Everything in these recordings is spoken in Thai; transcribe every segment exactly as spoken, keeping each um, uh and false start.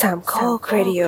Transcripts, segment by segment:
สามข้อครดิโอ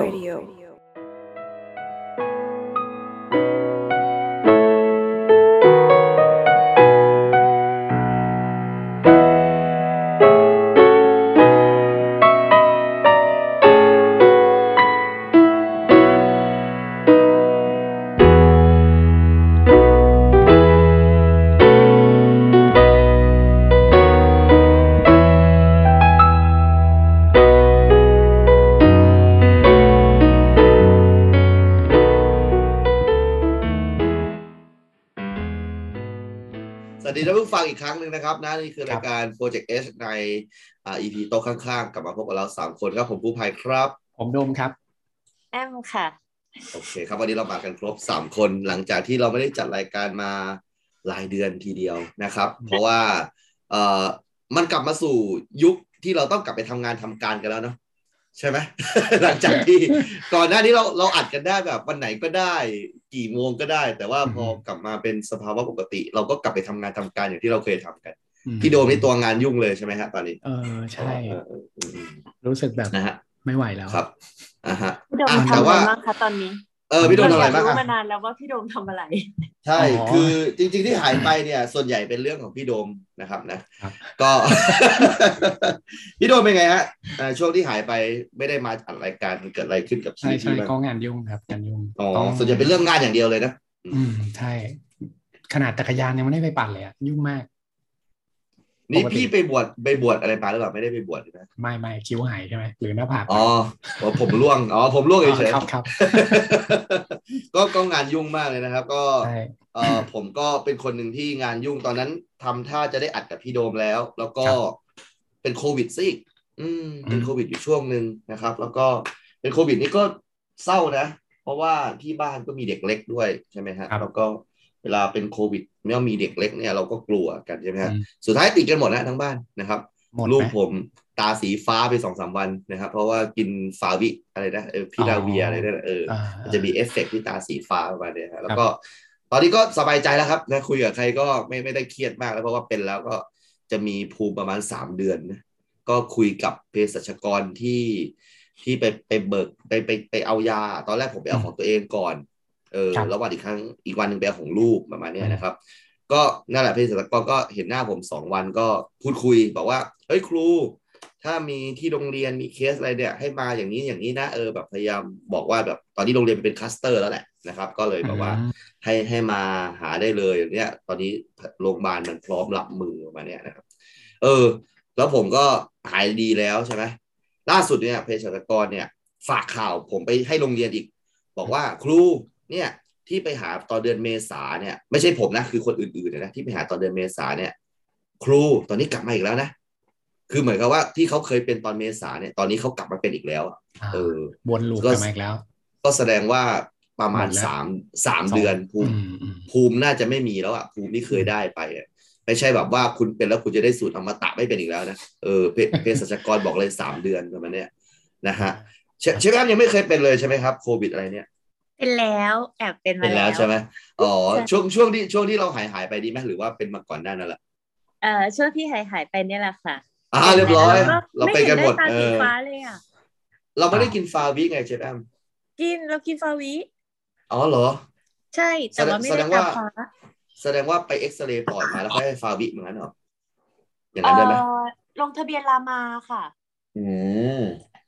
สวัสดีท่านผู้ฟังอีกครั้งหนึ่งนะครับนะนี่คือรายการ Project H ในอ่า อี พี โต๊ะข้างๆกลับมาพบกับเราสามคนครับผมผู้ภัยครับผมโดมครับแอมค่ะโอเคครับวันนี้เรามากันครบสามคนหลังจากที่เราไม่ได้จัดรายการมาหลายเดือนทีเดียวนะครับเพราะว่าเอ่อมันกลับมาสู่ยุคที่เราต้องกลับไปทำงานทำการกันแล้วเนาะใช่ไหม หลังจากที่ก่อนหน้านี้เราเราอัดกันได้แบบวันไหนก็ได้กี่โมงก็ได้แต่ว่าพอกลับมาเป็นสภาวะปกติเราก็กลับไปทำงานทำการอย่างที่เราเคยทำกันพี่โดมนี่ตัวงานยุ่งเลยใช่ไหมฮะตอนนี้เออใช่รู้สึกแบบนะฮะไม่ไหวแล้วครับอ่าฮะพี่โดมทำอะไรบ้างคะตอนนี้เออพี่โดมทำอะไรบ้างรู้มานานแล้วว่าพี่โดมทำอะไรใช่คือจริงๆที่หายไปเนี่ยส่วนใหญ่เป็นเรื่องของพี่โดมนะครับนะก็ พี่โดมเป็นไงฮะช่วงที่หายไปไม่ได้มาอัดรายการเกิดอะไรขึ้นกับชีวิตใช่ใช่ก็งานยุ่งครับงานยุ่งอ๋อส่วนใหญ่เป็นเรื่องงานอย่างเดียวเลยนะอืมใช่ขนาดจักรยานยังไม่ได้ไปปั่นเลยอะยุ่งมากนี่พี่ไปบวชไปบวชอะไรมาหรือเปล่าไม่ได้ไปบวชใช่ไหมไม่ไม่คิ้วหายใช่ไหมหรือหน้าผากอ๋อผมร่วงอ๋อผมร่วงเฉยๆครับครับก็ก็งานยุ่งมากเลยนะครับก็เออผมก็เป็นคนหนึ่งที่งานยุ่งตอนนั้นทำท่าจะได้อัดกับพี่โดมแล้วแล้วก็เป็นโควิดซิกอืมเป็นโควิดอยู่ช่วงหนึ่งนะครับแล้วก็เป็นโควิดนี่ก็เศร้านะเพราะว่าที่บ้านก็มีเด็กเล็กด้วยใช่ไหมฮะแล้วก็เวลาเป็นโควิดเมื่อมีเด็กเล็กเนี่ยเราก็กลัวกันใช่ไหมฮะสุดท้ายติดกันหมดนะทั้งบ้านนะครับลูกผมตาสีฟ้าไปสองสามวันนะครับเพราะว่ากินฟาวิอะไรนะเออพิลาเวียอะไรนั่นเออมันจะมีเอฟเฟกต์ที่ตาสีฟ้าประมาณนี้ฮะแล้วก็ตอนนี้ก็สบายใจแล้วครับนะคุยกับใครก็ไม่ไม่ได้เครียดมากแล้วเพราะว่าเป็นแล้วก็จะมีภูมิประมาณสามเดือนนะก็คุยกับเภสัชกรที่ที่ไปไปเบิกไปไปไปเอายาตอนแรกผมไปเอาของตัวเองก่อนเออแล้ววันอีกครั้งอีกวันหนึ่งไปเอาของลูกประมาณนี้นะครับก็นั่นแหละเภสัชกรก็เห็นหน้าผมสองวันก็พูดคุยบอกว่าเฮ้ยครูถ้ามีที่โรงเรียนมีเคสอะไรเนี่ยให้มาอย่างนี้อย่างนี้นะเออแบบพยายามบอกว่าแบบตอนนี้โรงเรียนเป็นคลัสเตอร์แล้วแหละนะครับก็เลยแบบว่าให้ให้มาหาได้เลยอย่างเนี้ยตอนนี้โรงพยาบาลมันพร้อมรับมือมาเนี่ยนะครับเออแล้วผมก็หายดีแล้วใช่ไหมล่าสุดเนี่ยเภสัชกรเนี่ยฝากข่าวผมไปให้โรงเรียนอีกบอกว่าครูเนี่ยที่ไปหาตอนเดือนเมษาเนี่ยไม่ใช่ผมนะคือคนอื่นๆนะที่ไปหาตอนเดือนเมษาเนี่ยครูตอนนี้กลับมาอีกแล้วนะคือเหมือนกับว่าที่เขาเคยเป็นตอนเมษาเนี่ยตอนนี้เขากลับมาเป็นอีกแล้วเออวนลูปกลับมาอีกแล้วก็แสดงว่าประมาณสามสามเดือนภูมิภูมิน่าจะไม่มีแล้วอ่ะภูมิที่เคยได้ไปอ่ะไม่ใช่แบบว่าคุณเป็นแล้วคุณจะได้สูตรอมตะไม่เป็นอีกแล้วนะเออเภสัชกรบอกเลยสามเดือนประมาณเนี้ยนะฮะเชฟแอมยังไม่เคยเป็นเลยใช่ไหมครับโควิดอะไรเนี่ยเป็นแล้วแอบเป็นมาแล้วใช่ไหมอ๋อช่วงช่วงที่ช่วงที่เราหายหายไปดีไหมหรือว่าเป็นมาก่อนหน้านั่นแหละเอ่อช่วงที่หายหายไปนี่แหละค่ะอ่าเรียบร้อยเราไปกันหมดเออเราไม่ได้กินฟาวิไงเชฟแอมกินเรากินฟาวิอ๋อเหรอใช่แต่ว่าไม่ได้ตามฟ้าแสดงว่าไปเอ็กซเรย์ปอดมาแล้วค่อยให้ฟาวิเหมือนกันเหรออย่างนั้นได้ไหมลงทะเบียนรามาค่ะอืม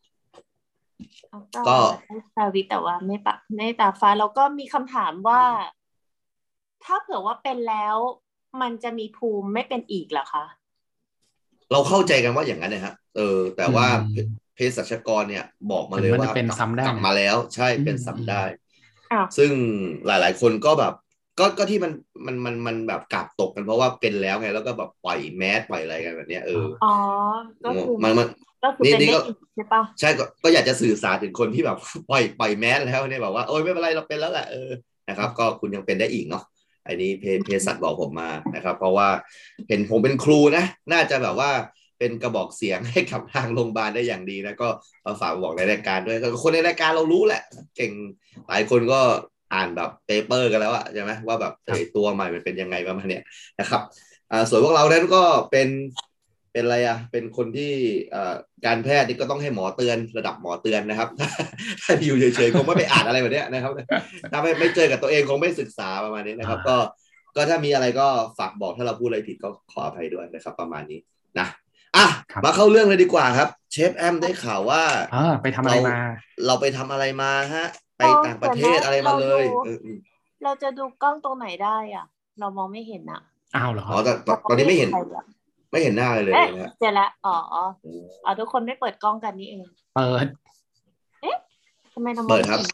ก็ฟาวิแต่ว่าไม่ปะไม่ตาฟ้าแล้วก็มีคำถามว่าถ้าเผื่อว่าเป็นแล้วมันจะมีภูมิไม่เป็นอีกเหรอคะเราเข้าใจกันว่าอย่างนั้นนะครับเออแต่ว่าเภสัชกรเนี่ยบอกมาเลยว่ากลับมาแล้วใช่เป็นซ้ำได้ซึ่งหลายๆคนก็แบบก็ก็ที่มันมันมันมันแบบกลับตกกันเพราะว่าเป็นแล้วไงแล้วก็แบบปล่อยแมสปล่อยอะไรกันแบบนี้เอออ๋อก็คือมันมันก็คือเป็นได้ใช่ปะใช่ก็อยากจะสื่อสารถึงคนที่แบบปล่อยปล่อยแมสแล้วเนี่ยแบบว่าโอ๊ยไม่เป็นไรเราเป็นแล้วแหละเออนะครับก็คุณยังเป็นได้อีกเนาะอันนี้เภสัชบอกผมมานะครับเพราะว่าเห็นผมเป็นครูนะน่าจะแบบว่าเป็นกระบอกเสียงให้กับทางโรงพยาบาลได้อย่างดีนะก็เอาฝากบอกในรายการด้วยคนในรายการเรารู้แหละเก่งหลายคนก็อ่านแบบเปเปอร์กันแล้วอะใช่ไหมว่าแบบตัวใหม่มันเป็นยังไงประมาณเนี้ยนะครับอ่าส่วนพวกเรานั้นก็เป็นเเป็นอะไรอ่ะเป็นคนที่การแพทย์นี่ก็ต้องให้หมอเตือนระดับหมอเตือนนะครับถ้าอยู่เฉยๆคงไม่ไปอ่านอะไรแบบนี้นะครับถ้าไม่ไม่เจอกับตัวเองคงไม่ศึกษาประมาณนี้นะครับก็ก็ถ้ามีอะไรก็ฝากบอกถ้าเราพูดอะไรผิดก็ขออภัยด้วยนะครับประมาณนี้นะอ่ะมาเข้าเรื่องเลยดีกว่าครับเชฟแอมได้ข่าวว่าไปทำอะไรมาเราไปทำอะไรมาฮะไปต่างประเทศอะไรมาเลยเราจะดูกล้องตรงไหนได้อ่ะเรามองไม่เห็นอ่ะอ้าวเหรออ๋อแต่ตอนนี้ไม่เห็นไม่เห็นหน้าเลยเลยนะเจอแล้วอ๋ออ๋อทุกคนไม่เปิดกล้องกันนี่เองเปิดเอ๊ะทำไมเรามองเปิดครับ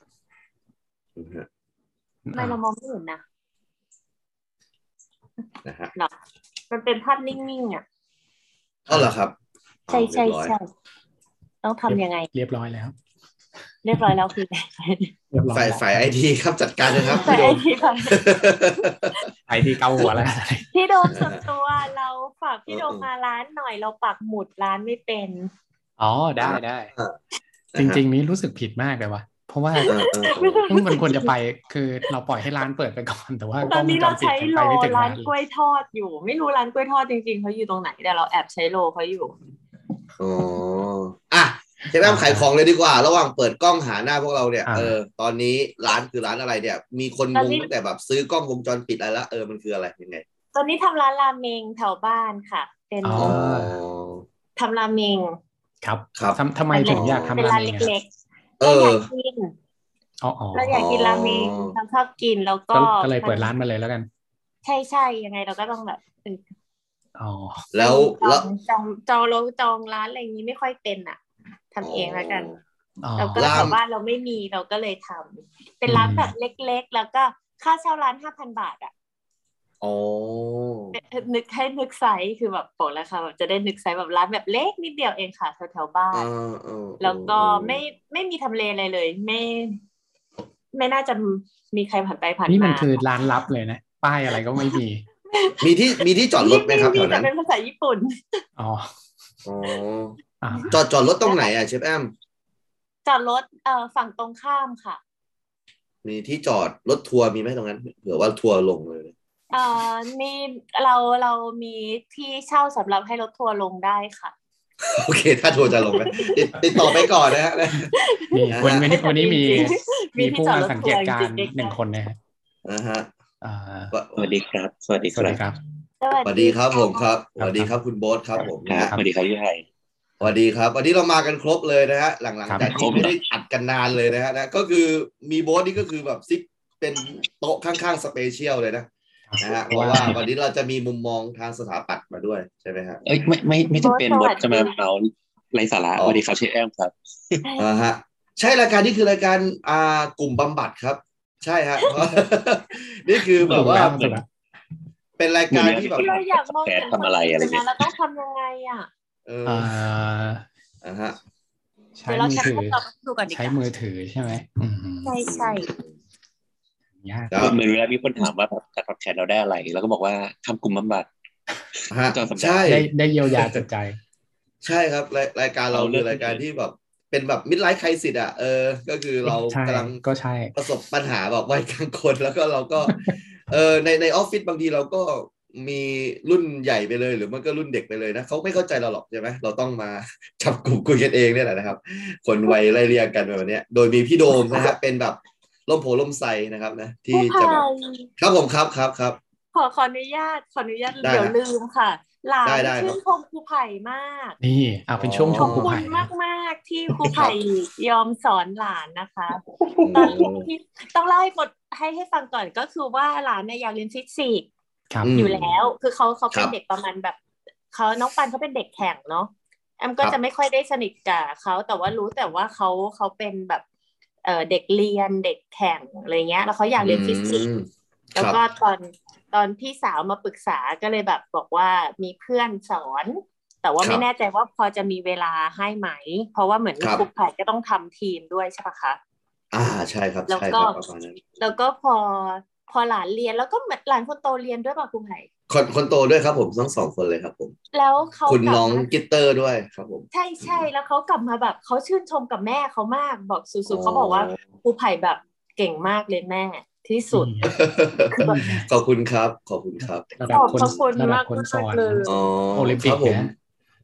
ทำไมเรามองไม่เห็นนะนะฮะมันเป็นภาพนิ่งๆอ่ะอ๋อเหรอครับใช่ใช่ใช่ต้องทำยังไงเรียบร้อยแล้วเรียบร้อยแล้วคือฝ่ายฝ่ายไอทีครับจัดการนะครับฝ่ายไอทีค่ะไอทีเกาหัวแล้วพี่โดมส่วนตัวเราฝากพี่โดมมาร้านหน่อยเราปักหมุดร้านไม่เป็นอ๋อได้ได้จริงๆนี้รู้สึกผิดมากเลยว่ะเพราะว่ามันควรจะไปคือเราปล่อยให้ร้านเปิดไปก่อนแต่ว่าตอนนี้เราใช้โลร้านกล้วยทอดอยู่ไม่รู้ร้านกล้วยทอดจริงๆเขาอยู่ตรงไหนแต่เราแอบใช้โลเขาอยู่อ๋ออ่ะเชฟแอมขายของเลยดีกว่าระหว่างเปิดกล้องหาหน้าพวกเราเนี่ยเออตอนนี้ร้านคือร้านอะไรเนี่ยมีคนงงตั้งแต่แบบซื้อกล้องวงจรปิดอะไรละเออมันคืออะไรยังไงตอนนี้ทำร้านราเมงแถวบ้านค่ะเป็นทำราเมงครับครับทำไมถึงอยากทำราเมงเล็กๆเราอยากกินเราอยากกินราเมงเราชอบกินแล้วก็ก็เลยเปิดร้านมาเลยแล้วกันใช่ใช่ยังไงเราก็ต้องแบบอ๋อแล้วแล้วจองจองเราจองร้านอะไรอย่างนี้ไม่ค่อยเป็นอ่ะทำเองแล้วกันแล้วก็แถวบ้านเราไม่มีเราก็เลยทำเป็นร้านแบบเล็กๆแล้วก็ค่าเช่าร้านห้าพันบาทอ่ะอ๋อนึกให้นึกไซส์คือแบบบอกแล้วค่ะแบบจะได้นึกไซส์แบบร้านแบบเล็กนิดเดียวเองค่ะแถวๆบ้านแล้วก็ไม่ไม่มีทำเลอะไรเลยไม่ไม่น่าจะมีใครผ่านไปผ่านมานี่มันคือร้านลับเลยนะป้ายอะไรก็ไม่มีมีที่มีที่จอดรถไหมครับแถวนั้นเป็นภาษาญี่ปุ่นอ๋ออ๋อจอดจอดรถตรงไหนอ่ะเชฟแอมจอดรถเอ่อฝั่งตรงข้ามค่ะมีที่จอดรถทัวร์มีไหมตรงนั้นเผื่อว่าทัวร์ลงเลยเอ่อมีเราเรามีที่เช่าสำหรับให้รถทัวร์ลงได้ค่ะโอเคถ้าทัวร์จะลงไหมติดต่อไปก่อนนะฮะนี่วันนี้วันนี้มีมีผู้มาสังเกตการณ์หนึ่งคนนะฮะนะฮะสวัสดีครับสวัสดีครับสวัสดีครับผมครับสวัสดีครับคุณโบ๊ทครับผมนะฮะสวัสดีครับพี่ไทยสวัสดีครับวันนี้เรามากันครบเลยนะฮะหลังๆจากที่ไม่ได้อัดกันนานเลยนะฮะนะก็คือมีโบ๊ทนี่ก็คือแบบซิกเป็นโต๊ะข้างๆสเปเชียลเลยนะนะฮะเพราะว่าวันนี้เราจะมีมุมมองทางสถาปัตย์มาด้วยใช่ไหมฮะเอ้ยไม่ไม่ไม่จำเป็นโบ๊ทจะมาเอาไรสาระสวัสดีครับเชฟแอมครับอ่าฮะใช่รายการนี้คือรายการอ่ากลุ่มบำบัดครับใช่ฮะนี่คือแบบว่าเป็นรายการที่แบบเราอยากมองเห็นทำอะไรอะไรเงี้ยเราต้องทำยังไงอ่ะเอออ่าฮะใช้มือถือใช้มือถือใช่ไหมใช่ใช่ยากเหมือนเวลามีคนถามว่าจัดพอดแคสต์เราได้อะไรแล้วก็บอกว่าทำกลุ่มบำบัดใช่ได้ได้เยียวยาจิตใจใช่ครับรายการเราคือรายการที่แบบเป็นแบบมิดไลฟ์ไครซิสอ่ะเออก็คือเรากำลังก็ใช่ประสบปัญหาแบบวัยกลางคนแล้วก็เราก็เออในในออฟฟิศบางทีเราก็มีรุ่นใหญ่ไปเลยหรือมันก็รุ่นเด็กไปเลยนะเขาไม่เข้าใจเราหรอกใช่ไหมเราต้องมาจับกลุ่มคุยกันเองเนี่ยแหละนะครับคนวัยไล่เรียงกันแบบนี้โดยมีพี่โดมนะฮะเป็นแบบล่มโพล่มไทรนะครับนะที่จะแบบครับผมครับครับครับขอขออนุญาตขออนุญาตเดี๋ยวลืมค่ะหลานชื่นชมครูไผ่มากนี่เอาเป็นช่วงชมครูไผ่มากมากที่ครูไผ่ยอมสอนหลานนะคะตอนที่ต้องเล่าให้หมดให้ให้ฟังก่อนก็คือว่าหลานเนี่ยอยากเรียนฟิสิกส์อยู่แล้วคือเขาเขาเป็นเด็กประมาณแบบเขาน้องปันเขาเป็นเด็กแข่งเนาะแอมก็จะไม่ค่อยได้สนิทกับเขาแต่ว่ารู้แต่ว่าเขาเขาเป็นแบบเอ่อเด็กเรียนเด็กแข่งอะไรเงี้ยแล้วเขาอยากเรียนฟิสิกส์แล้วก็ตอนตอนพี่สาวมาปรึกษาก็เลยแบบบอกว่ามีเพื่อนสอนแต่ว่าไม่แน่ใจว่าพอจะมีเวลาให้ไหมเพราะว่าเหมือนครูไผ่ก็ต้องทำทีมด้วยใช่ปะคะอ่าใช่ครับแล้วก็แล้วก็พอพอหลานเรียนแล้วก็เหมือนหลานคนโตเรียนด้วยป่ะครูไผ่คนคนโตด้วยครับผมทั้งสองคนเลยครับผมแล้วเขาคุณน้องกิตเตอร์ด้วยครับผมใช่ใช่แล้วเขากลับมาแบบเขาชื่นชมกับแม่เขามากบอกสุดๆเขาบอกว่าครูไผ่แบบเก่งมากเลยแม่ที่สุดขอบคุณครับขอบคุณครับขอบคุณมากมากเลยโอลิมปิกผม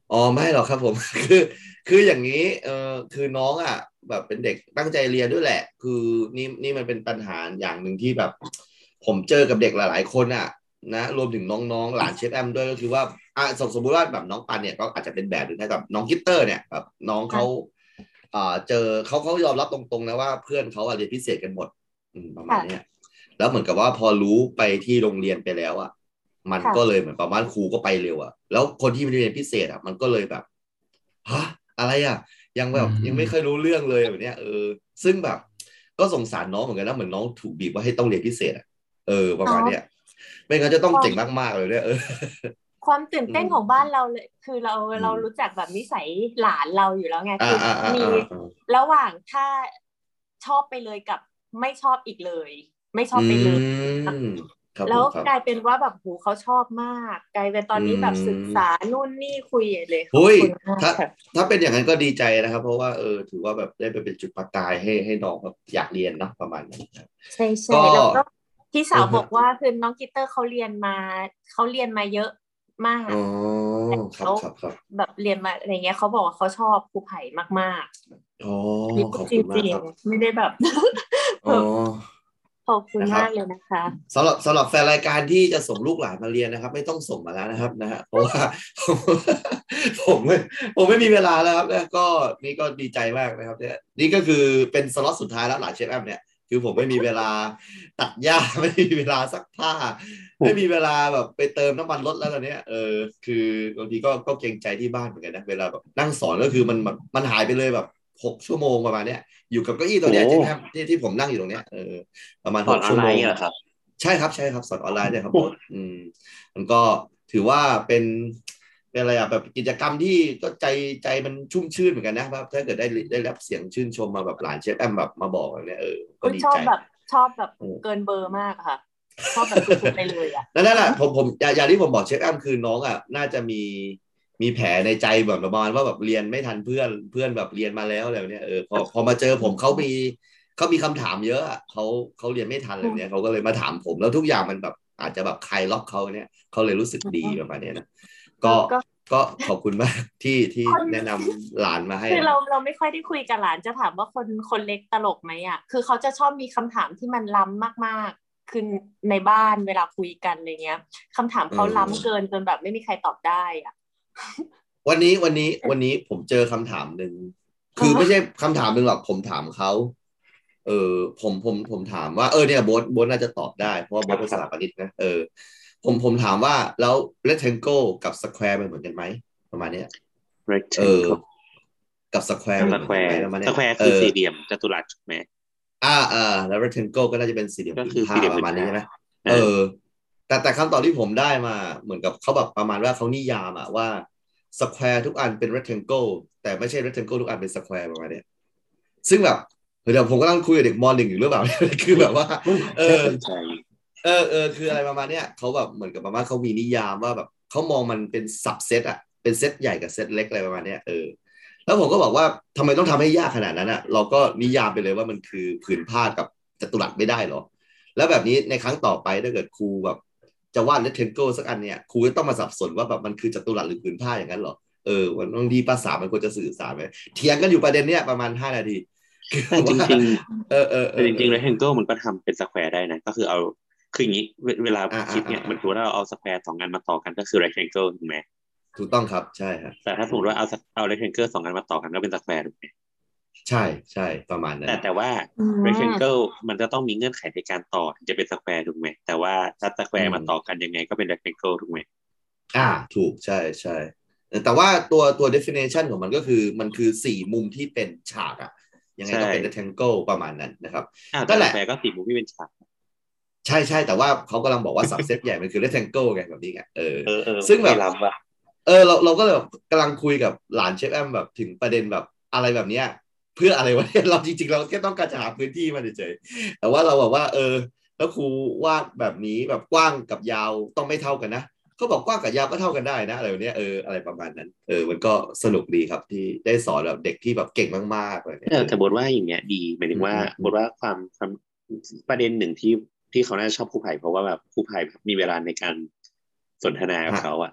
อ๋อไม่หรอกครับผม คือคืออย่างนี้เออคือน้องอ่ะแบบเป็นเด็กตั้งใจเรียนด้วยแหละคือนี่นี่มันเป็นปัญหาอย่างหนึ่งที่แบบผมเจอกับเด็กหลายๆคนอ่ะนะรวมถึงน้องๆหลานเชฟแอมด้วยก็คือว่าอ่ะสมสมมติว่าแบบน้องปันเนี่ยก็อาจจะเป็นแบบหนึ่งนะกับน้องกิตเตอร์เนี่ยแบบน้องเขาอ่าเจอเขาเขายอมรับตรงๆนะว่าเพื่อนเขาอะเรียนพิเศษกันหมดอืมประมาณเนี้ยแล้วเหมือนกับว่าพอรู้ไปที่โรงเรียนไปแล้วอ่ะมันก็เลยเหมือนประมาณครูก็ไปเร็วอ่ะแล้วคนที่ไม่ได้เรียนพิเศษอ่ะมันก็เลยแบบฮะอะไรอ่ะยังแบบยังไม่เคยรู้เรื่องเลยแบบเนี้ยเออซึ่งแบบก็สงสารน้องเหมือนกันนะเหมือนน้องถูกบีบว่าให้ต้องเรียนพิเศษอ่ะเออประมาณเนี้ยไม่งั้นจะต้องเก่งมากๆเลยเนี่ยเออความตื่นเต้นของบ้านเราเลยคือเราเรารู้จักแบบนิสัยหลานเราอยู่แล้วไงคือมีระหว่างถ้าชอบไปเลยกับไม่ชอบอีกเลยไม่ชอบไปเลยแล้วกลายเป็นว่าแบบหูเขาชอบมากกลายเป็นตอนนี้แบบศึกษานู่นนี่คุยเลยขอบคุณมากถ้าถ้าเป็นอย่างนั้นก็ดีใจนะครับเพราะว่าเออถือว่าแบบได้ไปเป็นจุดประกายให้ให้น้องแบบอยากเรียนนะประมาณนั้นใช่ใช่แล้วก็พี่สาวบอกว่าคือน้องกิตเตอร์เขาเรียนมาเขาเรียนมาเยอะมากอ๋อครับครับครับแบบเรียนมาอะไรเงี้ยเขาบอกว่าเขาชอบครูไผ่มากๆอ๋อขอบจคุณมากครับไม่ได้แบบอ๋อขอบคุณมากเลยนะคะสำหรับสำหรับแฟนรายการที่จะส่งลูกหลานมาเรียนนะครับไม่ต้องส่งมาแล้วนะครับนะฮะเพราะว่าผมไม่ผมไม่มีเวลาแล้วครับเนี่ยก็นี่ก็ดีใจมากนะครับเนี่ยนี่ก็คือเป็นสล็อตสุดท้ายแล้วหลานเชฟแอมเนี่ยคือผมไม่มีเวลาตัดหญ้าไม่มีเวลาซักผ้าไม่มีเวลาแบบไปเติมน้ำมันรถแล้วตอนนี้เออคือบางทีก็ก็เกรงใจที่บ้านเหมือนกันนะเวลาแบบนั่งสอนก็คือมันแบบมันหายไปเลยแบบหกชั่วโมงประมาณเนี้ยอยู่กับเก้าอี้ตัวเนี้ยที่ที่ผมนั่งอยู่ตรงเนี้ยเออประมาณหกชั่วโมงใช่ครับใช่ครับสอนออนไลน์เนี่ยครับอืมมันก็ถือว่าเป็นเป็นอะไรอะแบบกิจกรรมที่ก็ใจใจมันชุ่มชื่นเหมือนกันนะครับถ้าเกิดได้ได้รับเสียงชื่นชมมาแบบหลานเชฟแอมแบบมาบอกแบบเนี้ยเออก็ดีใจชอบแบบชอบแบบเกินเบอร์มากค่ะชอบแบบสุดๆไปเลยอ่ะนั่นแหละผมผมอย่างที่ผมบอกเชฟแอมคือน้องอ่ะน่าจะมีมีแผลในใจแบบประมาณว่าแบบเรียนไม่ทันเพื่อนเพื่อนแบบเรียนมาแล้วอะไรเนี้ยเออพอพอมาเจอผมเขามีเขามีคำถามเยอะเขาเขาเรียนไม่ทันอะไรเนี้ยเขาก็เลยมาถามผมแล้วทุกอย่างมันแบบอาจจะแบบคลายล็อกเขาเนี่ยเขาเลยรู้สึกดีประมาณนี้นะก็ก็ขอบคุณมากที่ที่แนะนำหลานมาให้คือเราเราไม่ค่อยได้คุยกับหลานจะถามว่าคนคนเล็กตลกไหมอ่ะคือเขาจะชอบมีคำถามที่มันล้ำมากๆคือในบ้านเวลาคุยกันอะไรเงี้ยคำถามเขาล้ำเกินจนแบบไม่มีใครตอบได้อ่ะวันนี้วันนี้วันนี้ผมเจอคำถามหนึ่งคือไม่ใช่คำถามหนึ่งหรอกผมถามเขาเออผมผมผมถามว่าเออเนี่ยโบ๊ทโบ๊ทน่าจะตอบได้เพราะว่าโบ๊ทเป็นสถาปนิกนะเออผมผมถามว่าแล้ว rectangle กับ square มันเหมือนกันไหมประมาณเนี้ยเออกับ square มันเหมือนกันไหมประมาณเนี้ย square คือสี่เหลี่ยมจัตุรัสถูกไหมอ่าอ่าแล้ว rectangle ก็น่าจะเป็นสี่เหลี่ยมผืนผ้าประมาณนี้ใช่ไหมเออแต่แต่คำตอบที่ผมได้มาเหมือนกับเขาแบบประมาณว่าเขานิยามอะว่า square ทุกอันเป็น rectangle แต่ไม่ใช่ rectangle ทุกอันเป็น square ประมาณนี้ซึ่งแบบเดี๋ยวผมก็ต้องคุยกับเด็กม.หนึ่งอยู่หรือเปล่า คือแบบว่าเออเออเออคืออะไรประมาณเนี้ยเขาแบบเหมือนกับประมาณเขามีนิยามว่าแบบเขามองมันเป็นสับเซตอะเป็นเซตใหญ่กับเซตเล็กอะไรประมาณเนี้ยเออแล้วผมก็บอกว่าทำไมต้องทำให้ยากขนาดนั้นอะเราก็นิยามไปเลยว่ามันคือผืนผ้ากับจัตุรัสไม่ได้หรอแล้วแบบนี้ในครั้งต่อไปถ้าเกิดครูแบบจะวาด rectangle สักอันเนี่ยครูก็ต้องมาสับสนว่าแบบมันคือจัตุรัสหรือผืนผ้าอย่างนั้นหรอเออวันบางทีภาษามันควรจะสื่อสารไหมเถียงกันอยู่ประเด็นเนี้ยประมาณห้านาทีแต่จริงๆเออเออแต่จริงๆ rectangle มันก็ทำเป็นสแควร์ได้นะก็คือเอาคืออย่างนี้เวลาคิดเนี่ยเหมือนสมมติว่าเราเอาสแควร์สองอันมาต่อกันก็คือ rectangle ถูกไหมถูกต้องครับใช่ครับแต่ถ้าสมมติว่าเอาเอา rectangle สองอันมาต่อกันก็เป็นสแควร์ถูกไหมใช่ใช่ประมาณนั้นแต่แต่ว่า rectangle มันจะต้องมีเงื่อนไขในการต่อถึงจะเป็นสแควร์ถูกไหมแต่ว่าถ้าสแควร์มาต่อกันยังไงก็เป็น rectangle ถูกไหมอ่าถูกใช่ใช่แต่ว่าตัวตัว definition ของมันก็คือมันคือสี่มุมที่เป็นฉากอะยังไงก็เป็น rectangle ประมาณนั้นนะครับนั่นแหละก็สี่มุมที่เป็นฉากใช่ใช่แต่ว่าเขากำลังบอกว่า subset ใหญ่มันคือ rectangle ไงแบบนี้ไงเออเออซึ่งแบบเออเราเราก็เลยแบบกำลังคุยกับหลานเชฟแอมแบบถึงประเด็นแบบอะไรแบบเนี้ยเพื่ออะไรวะเราจริงๆเราแค่ต้องการจะหาพื้นที่มาเฉยๆแต่ว่าเราบอกว่าเออแล้วครูวาดแบบนี้แบบกว้างกับยาวต้องไม่เท่ากันนะเขาบอกกว้างกับยาวก็เท่ากันได้นะอะไรแบบนี้เอออะไรประมาณนั้นเออมันก็สนุกดีครับที่ได้สอนแบบเด็กที่แบบเก่งมากๆเลยเนี่ยแต่บทว่าอย่างเงี้ยดีหมายถึงว่าบทว่าความความประเด็นหนึ่งที่ที่เขาน่าชอบครูไผ่เพราะว่าแบบครูไผ่มีเวลาในการสนทนากับเขาอะ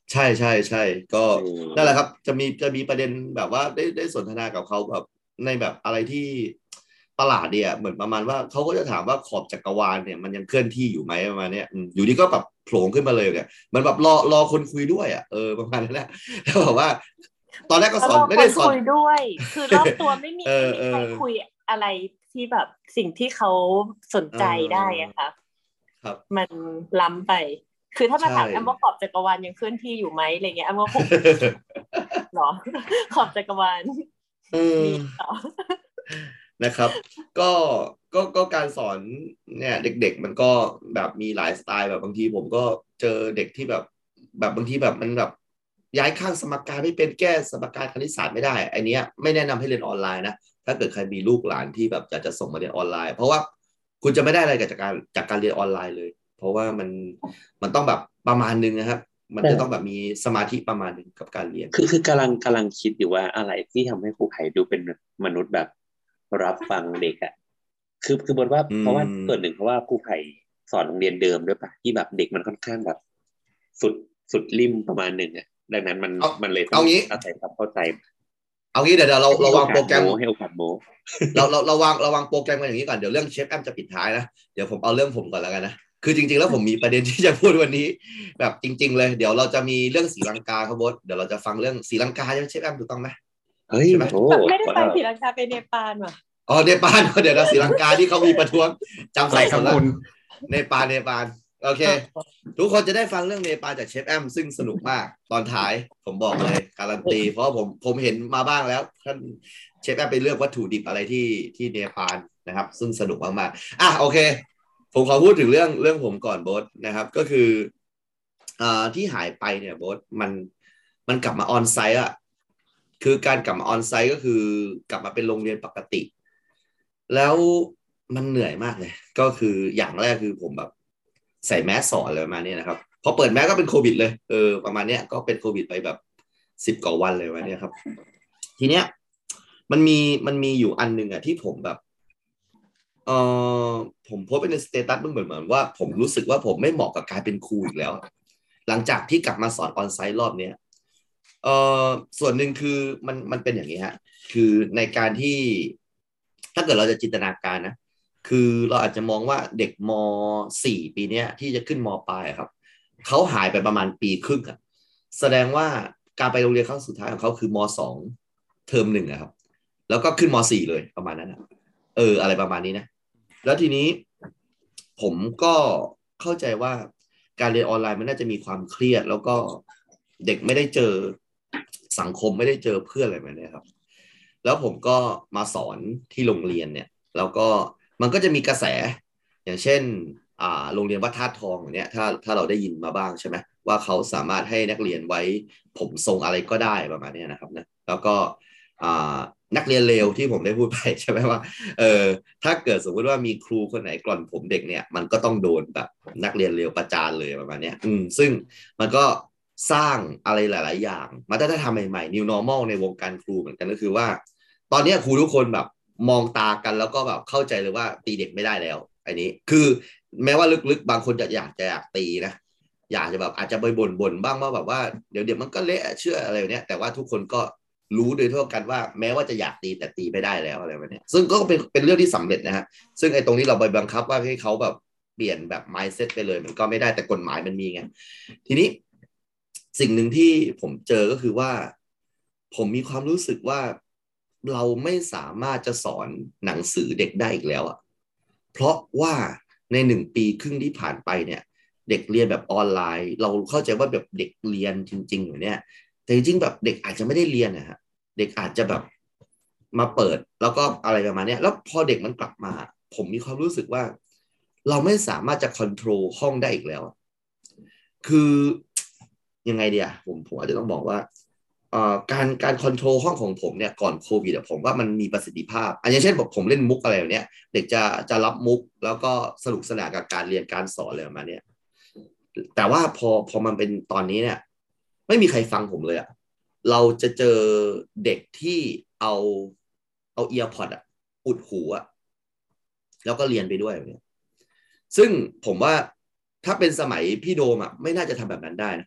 ใช่ใช่ใช่ก็นั่นแหละครับจะมีจะมีประเด็นแบบว่าได้ได้สนทนากับเขาแบบในแบบอะไรที่ประหลาดเดียเหมือนประมาณว่าเขาก็จะถามว่าขอบจักรวาลเนี่ยมันยังเคลื่อนที่อยู่ไหมประมาณเนี้ยอยู่ดีก็แบบโผล่ขึ้นมาเลยเนี่ยมันแบบรอรอคนคุยด้วยอ่ะเออประมาณนั้นแหละแล้วบอกว่าตอนแรกก็สอนไม่ได้สอนคุยด้วยคือรอบตัวไม่มีไม่มีใครคุยอะไรที่แบบสิ่งที่เขาสนใจได้อะค่ะครับมันล้ำไปคือถ้ามาถามแอมว่าขอบจักรวาลยังเคลื่อนที่อยู่ไหมอะไรเงี้ยแอมว่าคงหรอขอบจักรวาลมีต่อนะครับก็ก็ก็การสอนเนี่ยเด็กๆมันก็แบบมีหลายสไตล์แบบบางทีผมก็เจอเด็กที่แบบแบบบางทีแบบมันแบบย้ายข้างสมการไม่เป็นแก้สมการคณิตศาสตร์ไม่ได้ไอเนี้ยไม่แนะนำให้เรียนออนไลน์นะถ้าเกิดใครมีลูกหลานที่แบบอยากจะส่งมาเรียนออนไลน์เพราะว่าคุณจะไม่ได้อะไรจากการจากการเรียนออนไลน์เลยเพราะว่ามันมันต้องแบบประมาณนึงนะครับมันจะต้องแบบมีสมาธิประมาณนึงกับการเรียนคือคือกำลังกำลังคิดอยู่ว่าอะไรที่ทำให้ครูไผ่ดูเป็นมนุษย์แบบรับฟังเด็กอ่ะคือคือบนว่าเพราะว่าส่วนหนึ่งเพราะว่าครูไผ่สอนโรงเรียนเดิมด้วยปะที่แบบเด็กมันค่อนข้างแบบสุดสุดริมประมาณหนึ่งอ่ะดังนั้นมันมันเลยต้องอาศัยความเข้าใจเอางี้เดี๋ยวเราเราวางโปรแกรมให้โอกาสโมเราเราเราวางเราวางโปรแกรมกันอย่างนี้ก่อนเดี๋ยวเรื่องเชฟแอมจะปิดท้ายนะเดี๋ยวผมเอาเรื่องผมก่อนแล้วกันนะคือจริงๆแล้วผมมีประเด็นที่จะพูดวันนี้แบบจริงๆเลยเดี๋ยวเราจะมีเรื่องศรีลังกาครับบดเดี๋ยวเราจะฟังเรื่องศรีลังกาใช่ไหมเชฟแอมถูกต้องไหมเฮ้ยโอ้ไม่ได้ไปศรีลังกาไปเนปาลว่ะอ๋อเนปาลเดี๋ยวนะศรีลังกาที่เขามีประท้วงจำใส่คนละเนปาลเนปาลโอเคทุกคนจะได้ฟังเรื่องเนปาลจากเชฟแอมซึ่งสนุกมากตอนท้ายผมบอกเลยการันตีเพราะผมผมเห็นมาบ้างแล้วท่านเชฟแอมไปเลือกวัตถุดิบอะไรที่ที่เนปาลนะครับซึ่งสนุกมากๆอ่ะโอเคผมขอพูดถึงเรื่องเรื่องผมก่อนโบ๊ทนะครับก็คืออ่าที่หายไปเนี่ยโบ๊ทมันมันกลับมาออนไซต์อ่ะคือการกลับมาออนไซต์ก็คือกลับมาเป็นโรงเรียนปกติแล้วมันเหนื่อยมากเลยก็คืออย่างแรกคือผมแบบใส่แมสสอนเลยมาเนี่ยนะครับพอเปิดแมสก็เป็นโควิดเลยเออประมาณเนี้ยก็เป็นโควิดไปแบบสิบกว่าวันเลยวันนี้ครับทีเนี้ยมันมีมันมีอยู่อันหนึ่งอะที่ผมแบบเออผมโพสไปในสเตตัสมันเหมือนเหมือนว่าผมรู้สึกว่าผมไม่เหมาะกับการเป็นครูอีกแล้วหลังจากที่กลับมาสอนออนไซต์รอบเนี้ยเออส่วนหนึ่งคือมันมันเป็นอย่างนี้ฮะคือในการที่ถ้าเกิดเราจะจินตนาการนะคือเราอาจจะมองว่าเด็กม สี่ ปีเนี้ยที่จะขึ้นมปลายครับเขาหายไปประมาณปีครึ่งอะแสดงว่าการไปโรงเรียนครั้งสุดท้ายของเขาคือม สอง เทอมหนึ่งอะครับแล้วก็ขึ้นม สี่ เลยประมาณนั้นนะเอออะไรประมาณนี้นะแล้วทีนี้ผมก็เข้าใจว่าการเรียนออนไลน์มันน่าจะมีความเครียดแล้วก็เด็กไม่ได้เจอสังคมไม่ได้เจอเพื่อนอะไรแบบนี้ครับแล้วผมก็มาสอนที่โรงเรียนเนี่ยแล้วก็มันก็จะมีกระแสอย่างเช่นอ่าโรงเรียนวัดธาตุทองอย่างเนี้ยถ้าถ้าเราได้ยินมาบ้างใช่ไหมว่าเขาสามารถให้นักเรียนไว้ผมทรงอะไรก็ได้ประมาณนี้นะครับนะแล้วก็อ่านักเรียนเลวที่ผมได้พูดไปใช่ไหมว่าเออถ้าเกิดสมมติว่ามีครูคนไหนกล่อนผมเด็กเนี่ยมันก็ต้องโดนแบบนักเรียนเลวประจานเลยประมาณนี้อืมซึ่งมันก็สร้างอะไรหลายๆอย่างมาถ้าทำใหม่ๆ new normal ในวงการครูเหมือนกันก็คือว่าตอนนี้ครูทุกคนแบบมองตากันแล้วก็แบบเข้าใจเลยว่าตีเด็กไม่ได้แล้วอันนี้คือแม้ว่าลึกๆบางคนจะอยากจะอยากตีนะอยากจะแบบอาจจะไปบ่นๆบ้างว่าแบบว่าเดี๋ยวเดี๋ยวมันก็เละเชื่ออะไรแบบนี้แต่ว่าทุกคนก็รู้โดยทั่วกันว่าแม้ว่าจะอยากตีแต่ตีไม่ได้แล้วอะไรแบบนี้ซึ่งก็เป็นเป็นเรื่องที่สำเร็จนะฮะซึ่งไอ้ตรงนี้เราไปบังคับว่าให้เขาแบบเปลี่ยนแบบ mindset ไปเลยมันก็ไม่ได้แต่กฎหมายมันมีไงทีนี้สิ่งหนึ่งที่ผมเจอก็คือว่าผมมีความรู้สึกว่าเราไม่สามารถจะสอนหนังสือเด็กได้อีกแล้วอ่ะเพราะว่าในหนึ่งปีครึ่งที่ผ่านไปเนี่ยเด็กเรียนแบบออนไลน์เราเข้าใจว่าแบบเด็กเรียนจริงๆอยู่เนี่ยแต่จริงๆแบบเด็กอาจจะไม่ได้เรียนนะฮะเด็กอาจจะแบบมาเปิดแล้วก็อะไรประมาณนี้แล้วพอเด็กมันกลับมาผมมีความรู้สึกว่าเราไม่สามารถจะควบคุมห้องได้อีกแล้วคือยังไงเดียผมผมอาจจะต้องบอกว่าการการควบคุมห้องของผมเนี่ยก่อนโควิดผมว่ามันมีประสิทธิภาพอันอย่างเช่นผมผมเล่นมุกอะไรแบบนี้เด็กจะจะรับมุกแล้วก็สนุกสนานกับการเรียนการสอนอะไรประมาณนี้แต่ว่าพอพอมันเป็นตอนนี้เนี่ยไม่มีใครฟังผมเลยอะเราจะเจอเด็กที่เอาเอาเอียร์พอดอะอุดหูอะแล้วก็เรียนไปด้วยแบบนี้ซึ่งผมว่าถ้าเป็นสมัยพี่โดมอะไม่น่าจะทำแบบนั้นได้นะ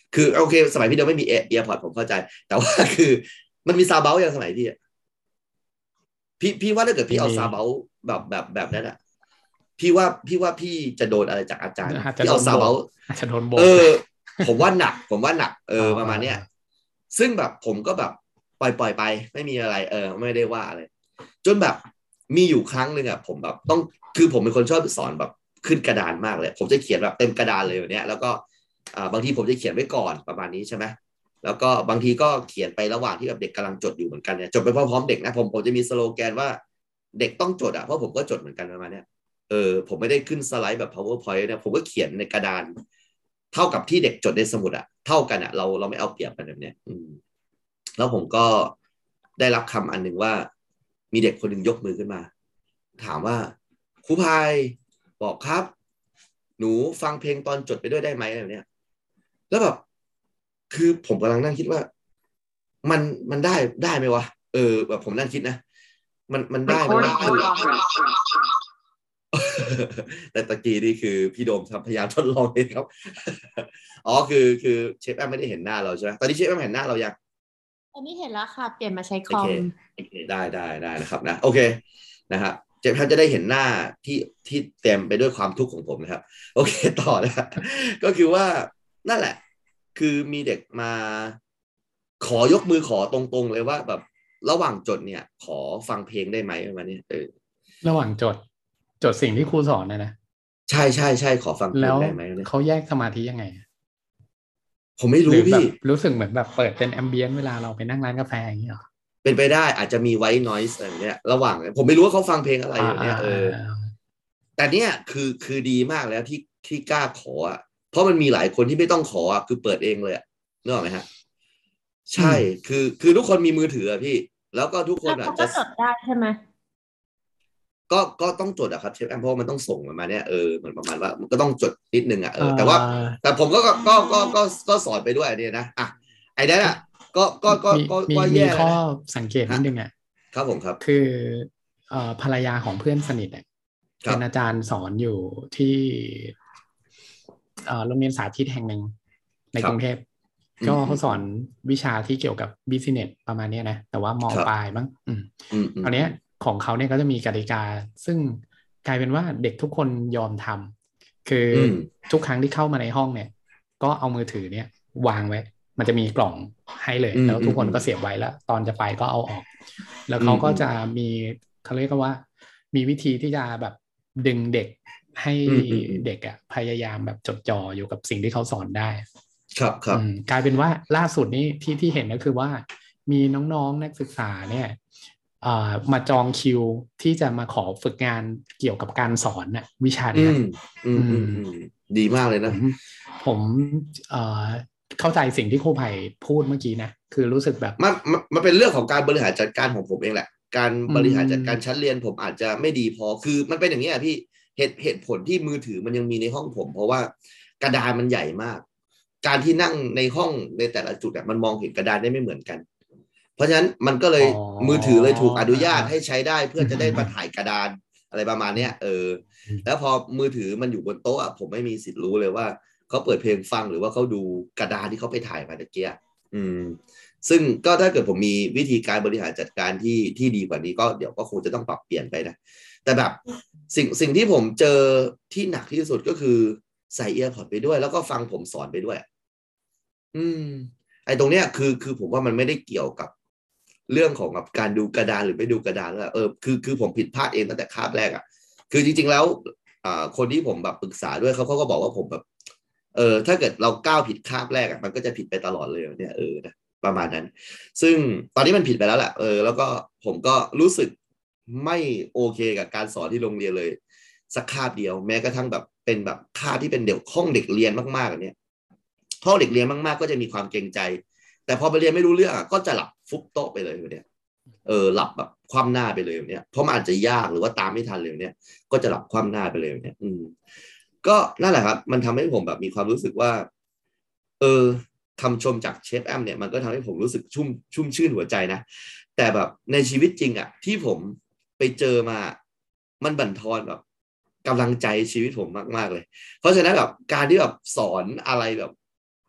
คือโอเคสมัยพี่เดิมไม่มีเอียร์พอร์ตผมเข้าใจแต่ว่าคือมันมีซาวเบลอย่างสมัยพี่พี่พี่ว่าถ้าเกิดพี่เอาซาวเบลแบบแบบแบบนั้นอ่ะพี่ว่าพี่ว่าพี่จะโดนอะไรจากอาจารย์พี่เอาซาวเบลอาจจะโดนโบเออผมว่าหนักผมว่าหนักเออประมาณเนี้ยซึ่งแบบผมก็แบบปล่อยปล่อยไปไม่มีอะไรเออไม่ได้ว่าอะไรจนแบบมีอยู่ครั้งหนึ่งอ่ะผมแบบต้องคือผมเป็นคนชอบสอนแบบขึ้นกระดานมากเลยผมจะเขียนแบบเต็มกระดานเลยแบบเนี้ยแล้วก็อ่าบางทีผมจะเขียนไว้ก่อนประมาณนี้ใช่ไหมแล้วก็บางทีก็เขียนไประหว่างที่แบบเด็กกำลังจดอยู่เหมือนกันเนี่ยจดไปพร้อมๆเด็กนะผมผมจะมีสโลแกนว่าเด็กต้องจดอ่ะเพราะผมก็จดเหมือนกันประมาณเนี้ยเออผมไม่ได้ขึ้นสไลด์แบบ powerpoint เนี่ยผมก็เขียนในกระดานเท่ากับที่เด็กจดในสมุดอ่ะเท่ากันอ่ะเราเราไม่เอาเปรียบกันแบบเนี้ยอืมแล้วผมก็ได้รับคำอันหนึ่งว่ามีเด็กคนหนึ่งยกมือขึ้นมาถามว่าครูพายบอกครับหนูฟังเพลงตอนจดไปด้วยได้ไหมแบบเนี้ยแล้วแบบคือผมกำลังนั่งคิดว่ามันมันได้ได้ไหมวะเออแบบผมนั่งคิดนะมันมันได้ไหมวะแต่ตะกี้นี่คือพี่โดมทำพยายามทดลองเองครับอ๋อคือคือเชฟแอมไม่ได้เห็นหน้าเราใช่ไหมตอนนี้เชฟแอมเห็นหน้าเรายังตอนนี้เห็นแล้วค่ะเปลี่ยนมาใช้คอมได้ได้ได้นะครับนะโอเคนะครับเจฟท่านจะได้เห็นหน้าที่ที่เต็มไปด้วยความทุกข์ของผมนะครับโอเคต่อนะครับก็คือว่านั่นแหละคือมีเด็กมาขอยกมือขอตรงๆเลยว่าแบบระหว่างจดเนี่ยขอฟังเพลงได้ไหมประมาณนี้เออระหว่างจดจดสิ่งที่ครูสอนนะนะใช่ใช่ใช่ขอฟังเพลงได้ไหมเขาแยกสมาธิยังไงผมไม่รู้พี่รู้สึกเหมือนแบบเปิดเป็นแอมเบียนเวลาเราไปนั่งร้านกาแฟอย่างนี้หรอเป็นไปได้อาจจะมีไวท์นอยส์อะไรเนี้ยระหว่างผมไม่รู้ว่าเขาฟังเพลงอะไรอย่างเนี้ยเออแต่เนี้ยคือคือดีมากแล้วที่ที่กล้าขออ่ะเพราะมันมีหลายคนที่ไม่ต้องขออ่ะคือเปิดเองเลยอ่ะนึกออกไหมฮะใช่คือคือทุกคนมีมือถืออ่ะพี่แล้วก็ทุกคนอ่ะจะจดได้ใช่ไหมก็ก็ต้องจดอะครับเชฟแอมเพราะมันต้องส่งมาเนี่ยเออมันประมาณว่ามันก็ต้องจดนิดนึงอ่ะเออแต่ว่าแต่ผมก็ก็ก็ก็ก็สอนไปด้วยเนี่ยนะอ่ะไอ้นั่นอ่ะก็ก็ก็ก็ก็แย่มีข้อสังเกตนิดนึงอ่ะครับผมครับคือเอ่อภรรยาของเพื่อนสนิทอ่ะเป็นอาจารย์สอนอยู่ที่เอ่อโรงเรียนสาธิตแห่งหนึ่งในกรุงเทพก็เขาสอนวิชาที่เกี่ยวกับบิสเนสประมาณนี้นะแต่ว่ามอปลายมั้งอืมตอนนี้ของเขาเนี่ยก็จะมีกติกาซึ่งกลายเป็นว่าเด็กทุกคนยอมทำคือทุกครั้งที่เข้ามาในห้องเนี่ยก็เอามือถือเนี่ยวางไว้มันจะมีกล่องให้เลยแล้วทุกคนก็เสียบไว้แล้วตอนจะไปก็เอาออกแล้วเขาก็จะมีเขาเรียกว่ามีวิธีที่จะแบบดึงเด็กให้เด็กอ่ะพยายามแบบจดจ่ออยู่กับสิ่งที่เขาสอนได้ครับครับกลายเป็นว่าล่าสุดนี้ที่ที่เห็นก็คือว่ามีน้องๆนักศึกษาเนี่ยมาจองคิวที่จะมาขอฝึกงานเกี่ยวกับการสอนน่ะวิชาเนี้ยดีมากเลยนะผมเข้าใจสิ่งที่ครูไผ่พูดเมื่อกี้นะคือรู้สึกแบบมันมันเป็นเรื่องของการบริหารจัดการของผมเองแหละการบริหารจัดการชั้นเรียนผมอาจจะไม่ดีพอคือมันเป็นอย่างนี้อ่ะพี่เหตุเหตุผลที่มือถือมันยังมีในห้องผมเพราะว่ากระดานมันใหญ่มากการที่นั่งในห้องในแต่ละจุดอ่ะมันมองเห็นกระดานได้ไม่เหมือนกันเพราะฉะนั้นมันก็เลยมือถือเลยถูกอนุญาตให้ใช้ได้เพื่อจะได้มาถ่ายกระดานอะไรประมาณเนี้ยเออแล้วพอมือถือมันอยู่บนโต๊ะอ่ะผมไม่มีสิทธิ์รู้เลยว่าเขาเปิดเพลงฟังหรือว่าเขาดูกระดานที่เขาไปถ่ายมาตะเกียอืมซึ่งก็ถ้าเกิดผมมีวิธีการบริหารจัดการที่ที่ดีกว่านี้ก็เดี๋ยวก็คงจะต้องปรับเปลี่ยนไปนะแต่แบบสิ่งสิ่งที่ผมเจอที่หนักที่สุดก็คือใส่เอียร์พอร์ตไปด้วยแล้วก็ฟังผมสอนไปด้วยอืมไอ้ตรงเนี้ยคือคือผมว่ามันไม่ได้เกี่ยวกับเรื่องของแบบการดูกระดานหรือไม่ดูกระดานแล้วเออคือคือผมผิดพลาดเองตั้งแต่คาบแรกอ่ะคือจริงๆแล้วอ่าคนที่ผมแบบปรึกษาด้วยเขาเขาก็บอกว่าผมแบบเออถ้าเกิดเราก้าวผิดคาบแรกอ่ะมันก็จะผิดไปตลอดเลยเนี่ยเออนะประมาณนั้นซึ่งตอนนี้มันผิดไปแล้วแหละเออแล้วก็ผมก็รู้สึกไม่โอเคกับการสอนที่โรงเรียนเลยสักคาบเดียวแม้กระทั่งแบบเป็นแบบคาบที่เป็นเด็กห้องเด็กเรียนมากๆเนี่ยห้องเด็กเรียนมากๆก็จะมีความเกรงใจแต่พอไปเรียนไม่รู้เรื่องก็จะหลับฟุบโต๊ะไปเลยเนี่ยเออหลับแบบคว่ำหน้าไปเลยเนี่ยเพราะมันอาจจะยากหรือว่าตามไม่ทันเลยเนี่ยก็จะหลับคว่ำหน้าไปเลยเนี่ยอืมก็นั่นแหละครับมันทำให้ผมแบบมีความรู้สึกว่าเออคำชมจากเชฟแอมเนี่ยมันก็ทำให้ผมรู้สึกชุ่มชุ่มชื่นหัวใจนะแต่แบบในชีวิตจริงอ่ะที่ผมไปเจอมามันบั่นทอนแบบกำลังใจชีวิตผมมากๆเลยเพราะฉะนั้นแบบการที่แบบสอนอะไรแบบ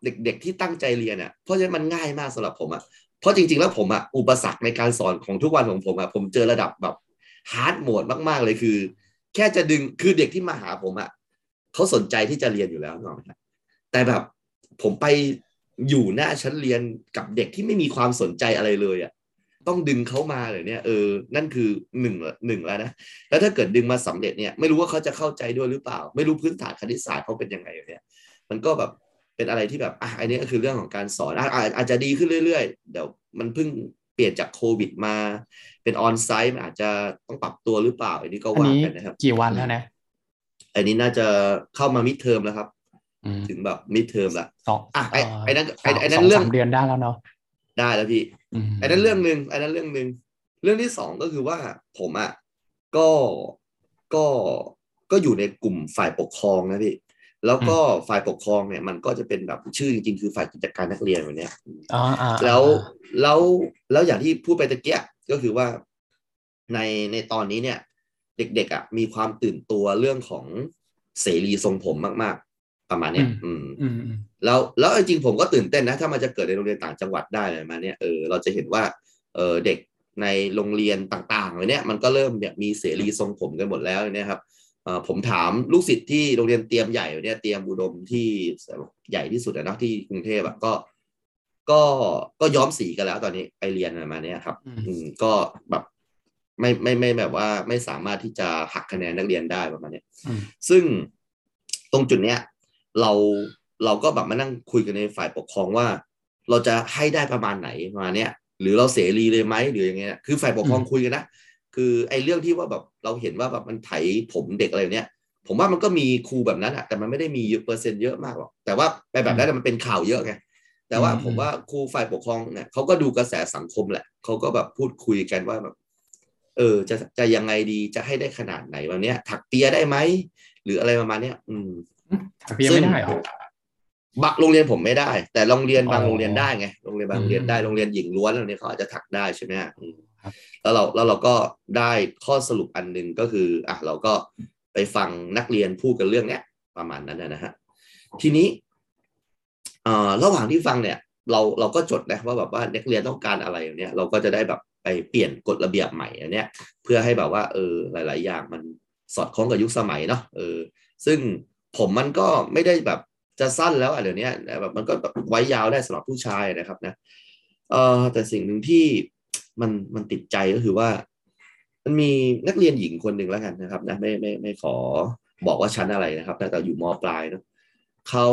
เด็กๆที่ตั้งใจเรียนอ่ะเพราะฉะนั้นมันง่ายมากสำหรับผมอ่ะเพราะจริงๆแล้วผมอ่ะอุปสรรคในการสอนของทุกวันของผมอ่ะผมเจอระดับแบบฮาร์ดโหมดมากๆเลยคือแค่จะดึงคือเด็กที่มาหาผมอ่ะเขาสนใจที่จะเรียนอยู่แล้วนะแต่แบบผมไปอยู่หน้าชั้นเรียนกับเด็กที่ไม่มีความสนใจอะไรเลยอ่ะต้องดึงเขามาเลยเนี่ยเออนั่นคือหนึ่งหนึ่งแล้วนะแล้วถ้าเกิดดึงมาสำเร็จเนี่ยไม่รู้ว่าเขาจะเข้าใจด้วยหรือเปล่าไม่รู้พื้นฐานคณิตศาสตร์เขาเป็นยังไงเนี่ยมันก็แบบเป็นอะไรที่แบบอ่ะอันนี้ก็คือเรื่องของการสอนอ่ะอาจจะดีขึ้นเรื่อยๆเดี๋ยวมันเพิ่งเปลี่ยนจากโควิดมาเป็นออนไซต์มันอาจจะต้องปรับตัวหรือเปล่าอันนี้ก็ว่ากันนะครับกี่วันแล้วนะอันนี้น่าจะเข้ามามิดเทอมแล้วครับถึงแบบมิดเทอมละสองอ่ะไอ้ไอ้นั้นไอ้ไอ้นั้นเรื่องเดือนได้แล้วเนาะได้แล้วพี่ไอ้นั้นเรื่องนึงไอ้นั้นเรื่องนึงเรื่องที่สองก็คือว่าผมอ่ะก็ก็ก็อยู่ในกลุ่มฝ่ายปกครองนะพี่แล้วก็ฝ่ายปกครองเนี่ยมันก็จะเป็นแบบชื่อจริงๆคือฝ่ายกิจการนักเรียนแบบเนี้ยแล้วแล้วแล้วอย่างที่พูดไปตะเกียก็คือว่าในในตอนนี้เนี่ยเด็กๆอ่ะมีความตื่นตัวเรื่องของเสรีทรงผมมากๆประมาณเนี้ยอืมแล้วแล้วจริงๆผมก็ตื่นเต้นนะถ้ามันจะเกิดในโรงเรียนต่างจังหวัดได้เลยมาเนี้ยเออเราจะเห็นว่าเออเด็กในโรงเรียนต่างๆเลยเนี่ยมันก็เริ่มแบบมีเสรีทรงผมกันหมดแล้วเนี่ยครับผมถามลูกศิษย์ที่โรงเรียนเตรียมใหญ่เนี่ยเตรียมอุดมที่ใหญ่ที่สุดนะที่กรุงเทพอะก็ก็ก็ย้อมสีกันแล้วตอนนี้ไปเรียนอะไรมาเนี่ยครับอืมก็แบบไม่ไม่ไม่แบบว่าไม่สามารถที่จะหักคะแนนนักเรียนได้ประมาณนี้ซึ่งตรงจุดเนี้ยเราเราก็แบบมานั่งคุยกันในฝ่ายปกครองว่าเราจะให้ได้ประมาณไหนประมาณเนี้ยหรือเราเสรีเลยไหมหรืออย่างเงี้ยคือฝ่ายปกครองคุยกันนะคือไอ้เรื่องที่ว่าแบบเราเห็นว่าแบบมันไถผมเด็กอะไรเนี้ยผมว่ามันก็มีครูแบบนั้นอะแต่มันไม่ได้มีเปอร์เซ็นต์เยอะมากหรอกแต่ว่าไปแบบนั้นมันเป็นข่าวเยอะไงแต่ว่าผมว่าครูฝ่ายปกครองเนี่ยเขาก็ดูกระแสสังคมแหละเขาก็แบบพูดคุยกันว่าแบบเออจะจะยังไงดีจะให้ได้ขนาดไหนวันนี้ถักเปียได้ไหมหรืออะไรประมาณเนี้ยอืมถักเปียไม่ได้หรอบักโรงเรียนผมไม่ได้แต่โรงเรียนบางโรงเรียนได้ไงโรงเรียนบางโรงเรียนได้โรงเรียนหญิงล้วนอะไรนี้เขาอาจจะถักได้ใช่ไหมแล้วเราแล้วเราก็ได้ข้อสรุปอันหนึ่งก็คืออ่ะเราก็ไปฟังนักเรียนพูดกันเรื่องเนี้ยประมาณนั้นนะฮะทีนี้เอ่อระหว่างที่ฟังเนี่ยเราเราก็จดนะว่าแบบว่านักเรียนต้องการอะไรอย่างเนี้ยเราก็จะได้แบบไปเปลี่ยนกฎระเบียบใหม่อันเนี้ยเพื่อให้แบบว่าเออหลายๆอย่างมันสอดคล้องกับยุคสมัยเนาะเออซึ่งผมมันก็ไม่ได้แบบจะสั้นแล้วอ่ะเดี๋ยวนี้แบบมันก็แบบไว้ยาวได้สำหรับผู้ชายนะครับนะเออแต่สิ่งหนึ่งที่มันมันติดใจก็คือว่ามันมีนักเรียนหญิงคนหนึ่งแล้วกันนะครับนะไม่ไม่ไม่ขอบอกว่าชั้นอะไรนะครับแต่แต่อยู่ม.ปลายเนาะเขา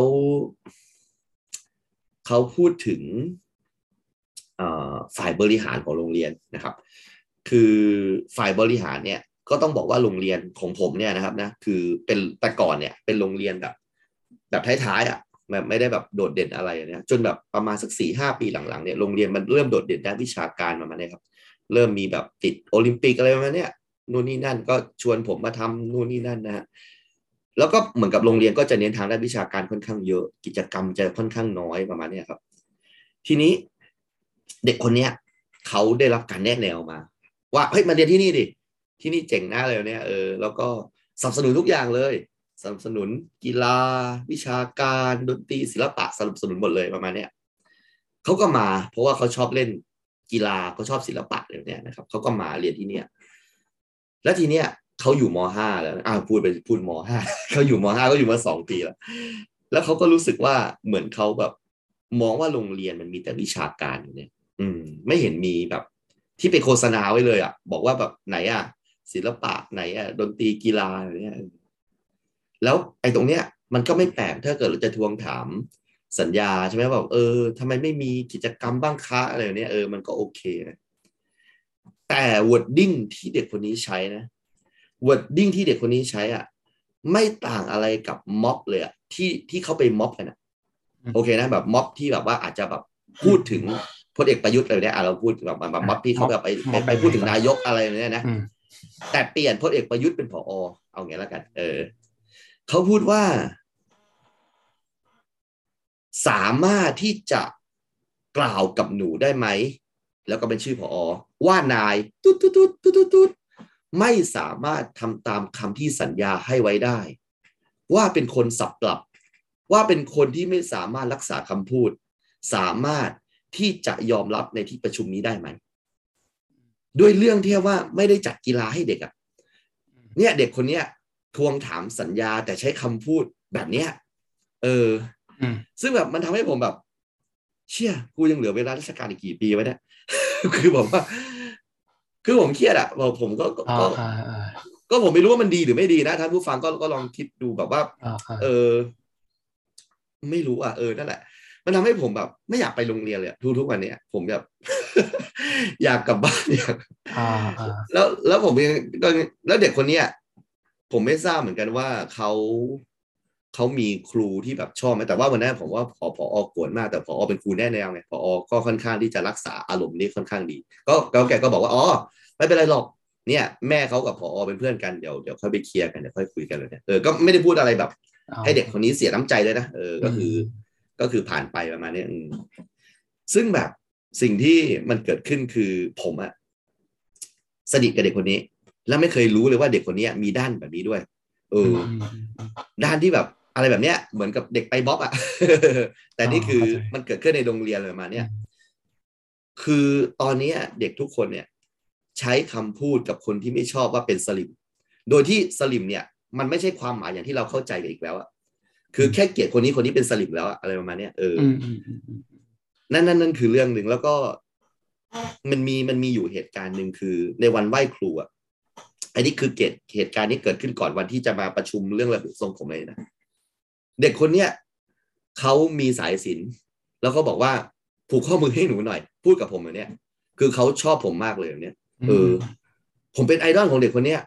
เขาพูดถึงฝ่ายบริหารของโรงเรียนนะครับคือฝ่ายบริหารเนี่ยก็ต้องบอกว่าโรงเรียนของผมเนี่ยนะครับนะคือเป็นแต่ก่อนเนี่ยเป็นโรงเรียนแบบแบบท้ายๆอ่ะแบบไม่ได้แบบโดดเด่นอะไรเนี่ยจนแบบประมาณสักสี่ห้าปีหลังๆเนี่ยโรงเรียนมันเริ่มโดดเด่นด้านวิชาการมาเนี่ยครับเริ่มมีแบบติดโอลิมปิกอะไรประมาณเนี้ยนู่นนี่นั่นก็ชวนผมมาทำนู่นนี่นั่นนะฮะแล้วก็เหมือนกับโรงเรียนก็จะเน้นทางด้านวิชาการค่อนข้างเยอะกิจกรรมจะค่อนข้างน้อยประมาณนี้ครับทีนี้เด็กคนเนี้ยเขาได้รับการแนะแนวมาว่าเฮ้ยมาเรียนที่นี่ดิที่นี่เจ๋งนะเลยเนี่ยเออแล้วก็สนับสนุนทุกอย่างเลยสนับสนุนกีฬาวิชาการดนตรีศิลปะสนับสนุนหมดเลยประมาณเนี้ยเขาก็มาเพราะว่าเขาชอบเล่นกีฬาเขาชอบศิลปะอะไรเนี่ยนะครับเขาก็มาเรียนที่เนี่ยแล้วทีเนี้ยเขาอยู่ม.ห้าแล้วอ่าพูดไปพูดม.ห้าเขาอยู่ม.ห้าก็อยู่มาสองปีแล้วแล้วเขาก็รู้สึกว่าเหมือนเขาแบบมองว่าโรงเรียนมันมีแต่วิชาการอยู่เนี่ยอืมไม่เห็นมีแบบที่ไปโฆษณาไว้เลยอ่ะบอกว่าแบบไหนอ่ะศิลปะไหนอ่ะดนตรีกีฬาอะไรเนี่ยแล้วไอ้ตรงเนี้ยมันก็ไม่แปลกถ้าเกิดเราจะทวงถามสัญญาใช่ไหมแบบเออทำไมไม่มีกิจกรรมบ้างคะอะไรเนี้ยเออมันก็โอเคนะแต่ wording ที่เด็กคนนี้ใช้นะ wording ที่เด็กคนนี้ใช้อ่ะไม่ต่างอะไรกับม็อบเลยอ่ะที่ที่เขาไปม็อบกันอ่ะโอเคนะแบบม็อบที่แบบว่าอาจจะแบบพูดถึงพลเอกประยุทธ์อะไรเนี่ยเราพูดแบบแบบม็อบที่เขาแบบไปไปพูดถึงนายกอะไรเนี่ยนะแต่เปลี่ยนพลเอกประยุทธ์เป็นผอ.เอางี้แล้วกันเออเขาพูดว่าสามารถที่จะกล่าวกับหนูได้ไหมแล้วก็เป็นชื่อผอ.ว่านายตุ๊ดตุ๊ดตุ๊ดตุ๊ดตุ๊ดไม่สามารถทำตามคำที่สัญญาให้ไว้ได้ว่าเป็นคนสับปรับว่าเป็นคนที่ไม่สามารถรักษาคำพูดสามารถที่จะยอมรับในที่ประชุมนี้ได้ไหมด้วยเรื่องที่ว่าไม่ได้จัดกีฬาให้เด็กอ่ะเนี่ยเด็กคนเนี้ยทวงถามสัญญาแต่ใช้คำพูดแบบเนี้ยเออซึ่งแบบมันทำให้ผมแบบเชี่ยกูยังเหลือเวลาราชการอีกกี่ปีไว้เนี่ย คือผมว่าคือผมเครียดอ่ะผมก็ก็ก็ผมไม่รู้ว่ามันดีหรือไม่ดีนะท่านผู้ฟังก็ก็ลองคิดดูแบบว่าเออไม่รู้อ่ะเออนั่นแหละมันทำให้ผมแบบไม่อยากไปโรงเรียนเลยทุกทุกวันเนี้ยผมแบบ อยากกลับบ้านอยากแล้วแล้วผมยังแล้วเด็กคนเนี้ยผมไม่ทราบเหมือนกันว่าเขาเขามีครูที่แบบชอบไหมแต่ว่าวันนั้นผมว่าพอพอโกรธมากแต่พอเป็นครูแน่แนวไงพอก็ค่อนข้างที่จะรักษาอารมณ์นี้ค่อนข้างดีก็แล้วแกก็บอกว่าอ๋อไม่เป็นไรหรอกเนี่ยแม่เขากับพอเป็นเพื่อนกันเดี๋ยวเดี๋ยวค่อยไปเคลียร์กันเดี๋ยวค่อยคุยกันเลยเนี่ยเออก็ไม่ได้พูดอะไรแบบให้เด็กคนนี้เสียน้ำใจเลยนะเออก็คือก็คือผ่านไปประมาณนี้ซึ่งแบบสิ่งที่มันเกิดขึ้นคือผมอะสนิทกับเด็กคนนี้แล้วไม่เคยรู้เลยว่าเด็กคนนี้มีด้านแบบนี้ด้วยเออด้านที่แบบอะไรแบบเนี้ยเหมือนกับเด็กไปบ๊อบอะแต่นี่คือมันเกิดขึ้นในโรงเรียนเลยมาเนี่ยคือตอนนี้เด็กทุกคนเนี่ยใช้คำพูดกับคนที่ไม่ชอบว่าเป็นสลิมโดยที่สลิมเนี่ยมันไม่ใช่ความหมายอย่างที่เราเข้าใจกันอีกแล้วอะคือแค่เกลียดคนนี้คนนี้เป็นสลิมแล้วอะอะไรประมาณนี้เออนั่นนั่นนั่นคือเรื่องหนึ่งแล้วก็มันมีมันมีอยู่เหตุการณ์หนึ่งคือในวันไหว้ครูอ่ะอันนี้คือเกิดเหตุการณ์นี้เกิดขึ้นก่อนวันที่จะมาประชุมเรื่องระเบียบทรงผมเลยนะเด็กคนเนี้ยเขามีสายสิญจน์แล้วเขาบอกว่าผูกข้อมือให้หนูหน่อยพูดกับผมแบบเนี้ยคือเขาชอบผมมากเลยแบบเนี้ยเออผมเป็นไอดอลของเด็กคนเนี้ย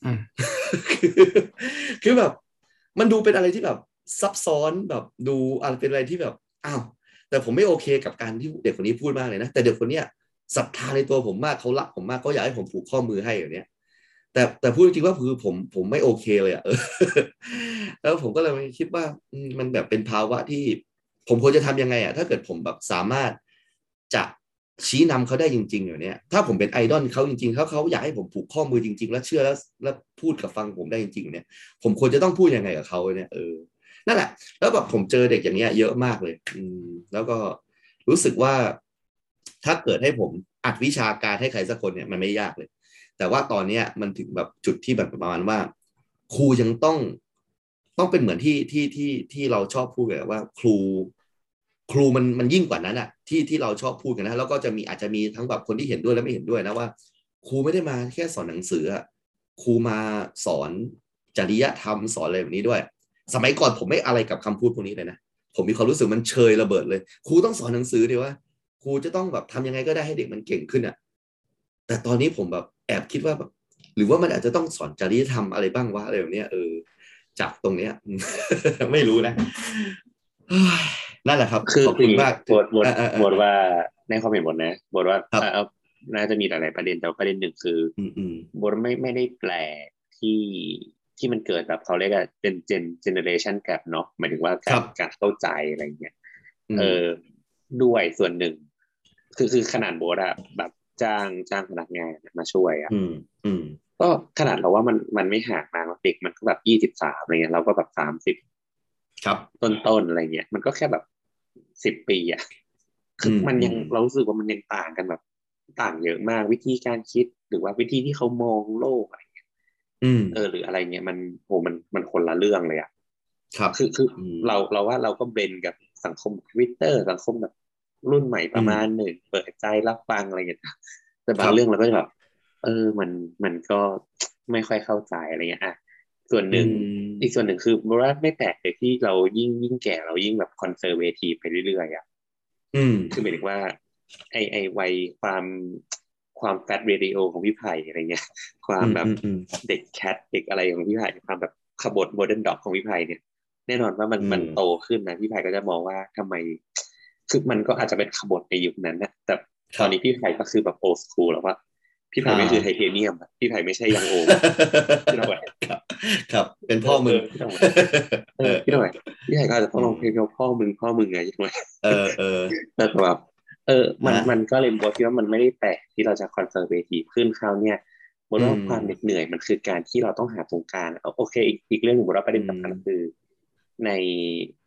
คือแบบมันดูเป็นอะไรที่แบบซับซ้อนแบบดูอะไรเป็นอะไรที่แบบอ้าวแต่ผมไม่โอเคกับการที่เด็กคนนี้พูดมากเลยนะแต่เด็กคนเนี้ยศรัทธาในตัวผมมากเขารักผมมากเขาอยากให้ผมผูกข้อมือให้อย่างเนี้ยแต่แต่พูดจริงๆว่าคือผมผมไม่โอเคเลยอ่ะแล้วผมก็เลยคิดว่ามันแบบเป็นภาวะที่ผมควรจะทำยังไงอ่ะถ้าเกิดผมแบบสามารถจะชี้นำเขาได้จริงๆอย่างเนี้ยถ้าผมเป็นไอดอลเขาจริงๆเขาเขาอยากให้ผมผูกข้อมือจริงๆแล้วเชื่อแล้วแล้วพูดกับฟังผมได้จริงๆเนี่ยผมควรจะต้องพูดยังไงกับเขาเนี่ยเออนั่นแหละแล้วแบบผมเจอเด็กอย่างเงี้ยเยอะมากเลยอืมแล้วก็รู้สึกว่าถ้าเกิดให้ผมอัดวิชาการให้ใครสักคนเนี่ยมันไม่ยากเลยแต่ว่าตอนนี้มันถึงแบบจุดที่แบบประมาณว่าครูยังต้องต้องเป็นเหมือนที่ที่ที่ที่เราชอบพูดกันว่าครูครูมันมันยิ่งกว่านั้นอะที่ที่เราชอบพูดกันนะแล้วก็จะมีอาจจะมีทั้งแบบคนที่เห็นด้วยและไม่เห็นด้วยนะว่าครูไม่ได้มาแค่สอนหนังสืออะครูมาสอนจริยธรรมสอนอะไรแบบนี้ด้วยสมัยก่อนผมไม่อะไรกับคำพูดพวกนี้เลยนะผมมีความรู้สึกมันเชยระเบิดเลยครูต้องสอนหนังสือดีว่าครูจะต้องแบบทำยังไงก็ได้ให้เด็กมันเก่งขึ้นอะแต่ตอนนี้ผมแบบแอบคิดว่าแบบหรือว่ามันอาจจะต้องสอนจริยธรรมอะไรบ้างวะอะไรแบบนี้เออจากตรงเนี้ย ไม่รู้นะนั่นแหละครับคือขอบคุณมากบทบทบทว่าในความเห็นบทนะบทว่าเอาน่าจะมีหลายๆประเด็นแต่ประเด็นหนึ่งคือบทไม่ไม่ได้แปลที่ที่มันเกิดแบบเขาเรียกว่าเป็นเจนเจเนเรชันแกปเนาะหมายถึงว่าการการเข้าใจอะไรเงี้ยเออด้วยส่วนหนึ่งคือคือขนาดบทอะแบบจ้างจ้างพนักงานมาช่วยอะก็ขนาดเราว่ามันมันไม่ห่างมากเด็กมันก็แบบยี่สิบสามอะไรเงี้ยเราก็แบบสามสิบครับต้นๆอะไรเงี้ยมันก็แค่แบบสิบปีอ่ะคือมันยังเรารู้สึกว่ามันยังต่างกันแบบต่างเยอะมากวิธีการคิดหรือว่าวิธีที่เขามองโลกอะไรเงี้ยเออหรืออะไรเงี้ยมันโหมันมันคนละเรื่องเลยอ่ะครับคือคือเราเราว่าเราก็เบนกับสังคมทวิตเตอร์สังคมแบบรุ่นใหม่ประมาณหนึ่งเปิดใจรับฟังอะไรเงี้ยแต่บางเรื่องเราก็จะแบบเออมันมันก็ไม่ค่อยเข้าใจอะไรเงี้ยอ่ะส่วนหนึ่งอีกส่วนหนึ่งคือว่าไม่แปลกเลยที่เรายิ่งยิ่งแก่เรายิ่งแบบคอนเซอร์เวทีฟไปเรื่อยๆอ่ะคือหมายถึงว่าไอไอวัยความความแฟตเรดิโอของพี่ไผ่อะไรเงี้ยความแบบเด็กแคทเด็กอะไรของพี่ไผ่ความแบบขบถโมเดิร์นด็อกของพี่ไผ่เนี่ยแน่นอนว่ามันมันโตขึ้นนะพี่ไผ่ก็จะมองว่าทำไมคือมันก็อาจจะเป็นขบถในยุคนั้นนะแต่ตอนนี้พี่ไผ่ก็คือแบบโอสคูลแล้วว่าพี่ไผ่ไม่คือไทเทเนียมพี่ไผ่ไม่ใช่ยังโอพี่หน่อยครับครับเป็นพ่อมึงพี่หน่อยเออพี่หน่อยพี่ไผ่ก็อาจจะต้องลองเพลงพ่อมึงพ่อมึงไงยังไงเออเออแต่แบบเออมันมันก็เลยบอกที่ว่ามันไม่ได้แปลกที่เราจะคอนเซอร์เวทีฟขึ้นคราวเนี้ยบนว่าความเหน็ดเหนื่อยมันคือการที่เราต้องหาตรงกลางโอเคอีกอีกเรื่องหนึ่งบนว่าประเด็นสำคัญคือใน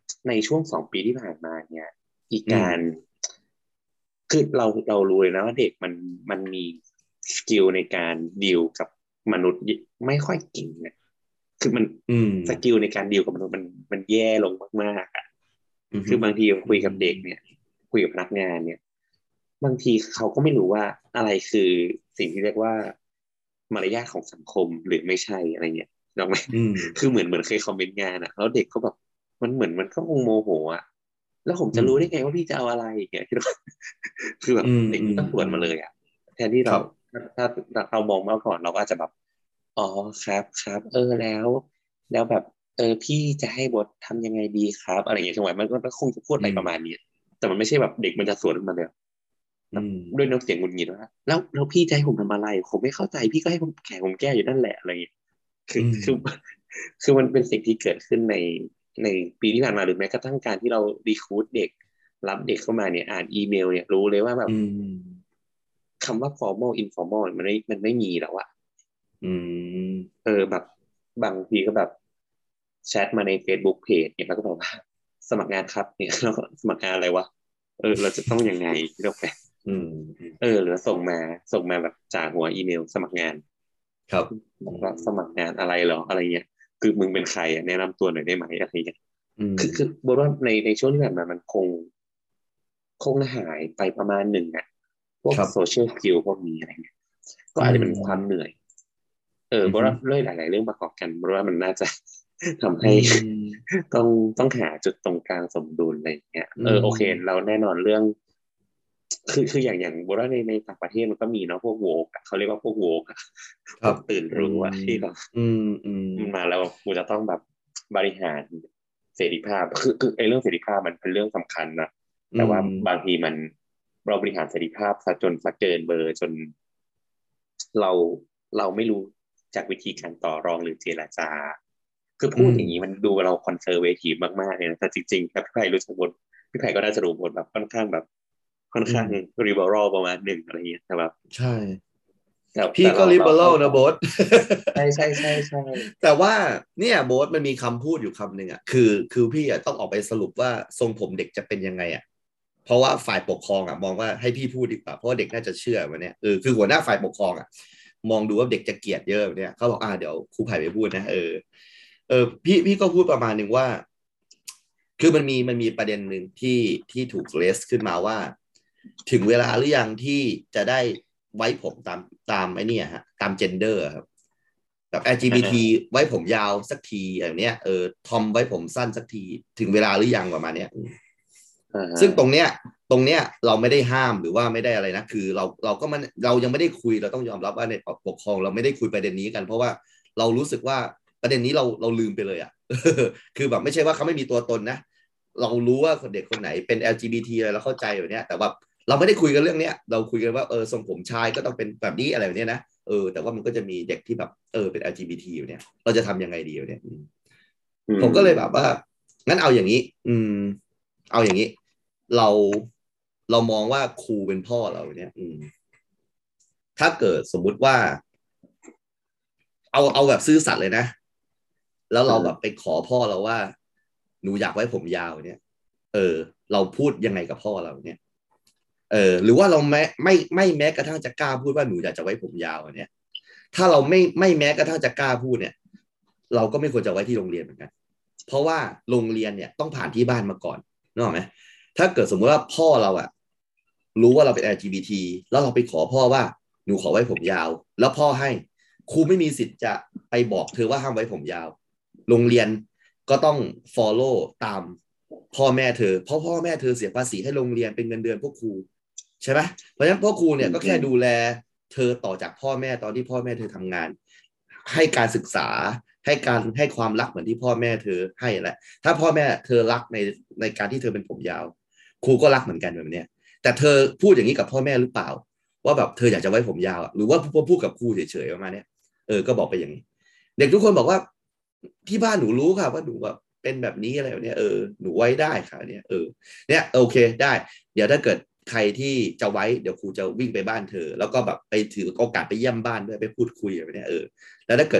ในช่วงสองปีที่ผ่านมาเนี่ยอีกการคือเราเรารู้เลยนะว่าเด็กมันมันมีสกิลในการดีลกับมนุษย์ไม่ค่อยเก่งเนี่ยคือมันสกิลในการดีลกับมนุษย์มันมันแย่ลงมากๆอ่ะคือบางทีคุยกับเด็กเนี่ยคุยกับพนักงานเนี่ยบางทีเขาก็ไม่รู้ว่าอะไรคือสิ่งที่เรียกว่ามารยาทของสังคมหรือไม่ใช่อะไรเงี้ยถูกไหมคือเหมือนเหมือนเคยคอมเมนต์งานอ่ะแล้วเด็กก็แบบมันเหมือนมันก็คงโมโหอ่ะแล้วผมจะรู้ได้ไงว่าพี่จะเอาอะไรอย่างเงี้ยคือแบบเด็กมันก็สวนมาเลยอ่ะแทนที่เราถ้าเรามองมาก่อนเราก็อาจจะแบบอ๋อครับครับเออแล้วแล้วแบบเออพี่จะให้บททำยังไงดีครับอะไรอย่างเงี้ยจังหวะมันก็คงจะพูดอะไรประมาณนี้แต่มันไม่ใช่แบบเด็กมันจะสวนมาเลยด้วยน้ำเสียงหงุดหงิดว่าแล้วแล้วพี่จะให้ผมทำอะไรผมไม่เข้าใจพี่ก็ให้ผมแข่ผมแก้อยู่นั่นแหละอะไรอย่างเงี้ยคือคือคือมันเป็นสิ่งที่เกิดขึ้นในในปีที่ผ่านมาหรือแม้กระทั่งการที่เรารีครูทเด็กรับเด็กเข้ามาเนี่ยอ่านอีเมลเนี่ยรู้เลยว่าแบบคำว่า formal informal มันไม่มันไม่มีแล้วอะเออแบบบางทีก็แบบแชทมาใน Facebook Page เนี่ยแล้วก็บอกว่าสมัครงานครับเนี่ยเราสมัครงานอะไรวะเออเราจะต้องยังไงเรียกไปเออหรือส่งมาส่งมาแบบจากหัวอีเมลสมัครงานครับบอกว่าสมัครงานอะไรเหรออะไรเงี้ยคือมึงเป็นใครอ่ะแนะนำตัวหน่อยได้ไหมอะไรเงี้ยคือคือบอกว่าในในช่วงที่ผ่านมามันคงคงหายไปประมาณหนึ่งอ่ะพวกโซเชียลสกิลพวกนี้อะไรเงี้ยก็อาจจะเป็นความเหนื่อยเออบอกว่าเรื่องหลายๆเรื่องประกอบกันบอกว่ามันน่าจะทำให้ต้องต้องหาจุดตรงกลางสมดุลอะไรเงี้ยเออโอเคเราแน่นอนเรื่องคือคืออย่างอย่างบอกว่าในในต่างประเทศมันก็มีเนาะพวกโวกเขาเรียกว่าพวกโวกครับตื่นรู้อะที่แบบมาแล้วกูจะต้องแบบบริหารเสรีภาพคือคือไอ้เรื่องเสรีภาพมันเป็นเรื่องสำคัญนะแต่ว่าบางทีมันเราบริหารเสรีภาพซะจนซะเกินเบอร์จนเราเราไม่รู้จากวิธีการต่อรองหรือเจรจาคือพูดอย่างนี้มันดูเราคอนเซอร์เวทีฟมากๆเลยนะแต่จริงๆถ้าพี่ไผ่รู้จักบทพี่ไผ่ก็น่าจะรู้บทแบบค่อนข้างแบบค่อนข้างริเบอรัลประมาณหนึ่งอะไรอย่างเงี้ยแต่แบบใช่พี่ก็ริเบอรัลนะโบ๊ทใช่ใช่ใช่ใช่แต่ว่าเนี่ยโบ๊ทมันมีคำพูดอยู่คำหนึ่งอ่ะคือคือพี่อ่ะต้องออกไปสรุปว่าทรงผมเด็กจะเป็นยังไงอ่ะเพราะว่าฝ่ายปกครองอ่ะมองว่าให้พี่พูดดีกว่าเพราะว่าเด็กน่าจะเชื่อวันเนี้ยเออคือหัวหน้าฝ่ายปกครองอ่ะมองดูว่าเด็กจะเกลียดเยอะเนี่ยเขาบอกอ่าเดี๋ยวครูไผ่ไปพูดนะเออเออพี่พี่ก็พูดประมาณหนึ่งว่าคือมันมีมันมีประเด็นหนึ่งที่ที่ถูกเลสขึ้นมาว่าถึงเวลาหรือยังที่จะได้ไว้ผมตามตามไอ้นี่ฮะตามเจนเดอร์ครับแบบ แอล จี บี ที ไว้ผมยาวสักทีอย่างเนี้ยเออทอมไว้ผมสั้นสักทีถึงเวลาหรือยังประมาณเนี้ยซึ่งตรงเนี้ยตรงเนี้ยเราไม่ได้ห้ามหรือว่าไม่ได้อะไรนะคือเราเราก็มันเรายังไม่ได้คุยเราต้องยอมรับว่าในปกครองเราไม่ได้คุยประเด็นนี้กันเพราะว่าเรารู้สึกว่าประเด็นนี้เราเราลืมไปเลยอ่ะคือแบบไม่ใช่ว่าเขาไม่มีตัวตนนะเรารู้ว่าเด็กคนไหนเป็น แอล จี บี ที อะไรเราเข้าใจแบบเนี้ยแต่ว่าเราไม่ได้คุยกันเรื่องเนี้ยเราคุยกันว่าเออทรงผมชายก็ต้องเป็นแบบนี้อะไรแบบเนี้ยนะเออแต่ว่ามันก็จะมีเด็กที่แบบเออเป็น แอล จี บี ที อยู่เนี่ยเราจะทำยังไงดีอยู่เนี่ยผมก็เลยแบบว่างั้นเอาอย่างนี้อืมเอาอย่างนี้เราเรามองว่าครูเป็นพ่อเราเนี่ยอืมถ้าเกิดสมมุติว่าเอาเอาแบบซื่อสัตย์เลยนะแล้วเราแบบไปขอพ่อเราว่าหนูอยากไว้ผมยาวเนี่ยเออเราพูดยังไงกับพ่อเราเนี่ยเออหรือว่าเราแม้ไม่ไม่แม้กระทั่งจะกล้าพูดว่าหนูอยากจะไว้ผมยาวเนี่ยถ้าเราไม่ไม่แม้กระทั่งจะกล้าพูดเนี่ยเราก็ไม่ควรจะไว้ที่โรงเรียนเหมือนกันเพราะว่าโรงเรียนเนี่ยต้องผ่านที่บ้านมาก่อนนึกออกไหมถ้าเกิดสมมติว่าพ่อเราอะรู้ว่าเราเป็น แอล จี บี ที แล้วเราไปขอพ่อว่าหนูขอไว้ผมยาวแล้วพ่อให้ครูไม่มีสิทธิ์จะไปบอกเธอว่าห้ามไว้ผมยาวโรงเรียนก็ต้อง follow ตามพ่อแม่เธอเพราะพ่อแม่เธอเสียภาษีให้โรงเรียนเป็นเงินเดือนพวกครูใช่ไหมเพราะฉะนั้นพ่อครูเนี่ยก็แค่ดูแลเธอต่อจากพ่อแม่ตอนที่พ่อแม่เธอทำงานให้การศึกษาให้การให้ความรักเหมือนที่พ่อแม่เธอให้แหละถ้าพ่อแม่เธอรักในในการที่เธอเป็นผมยาวครูก็รักเหมือนกันแบบนี้แต่เธอพูดอย่างนี้กับพ่อแม่หรือเปล่าว่าแบบเธออยากจะไว้ผมยาวหรือว่าพูดกับครูเฉยๆประมาณนี้เออก็บอกไปอย่างนี้เด็กทุกคนบอกว่าที่บ้านหนูรู้ค่ะว่าหนูแบบเป็นแบบนี้อะไรแบบนี้เออหนูไว้ได้ค่ะเนี่ยเออเนี่ยโอเคได้เดี๋ยวถ้าเกิดใครที่จะไว้เดี๋ยวครูจะวิ่งไปบ้านเธอแล้วก็แบบไปถือโอกาสไปเยี่ยมบ้านด้วยไปพูดคุยแบบนี้เออแล้วถ้าเกิด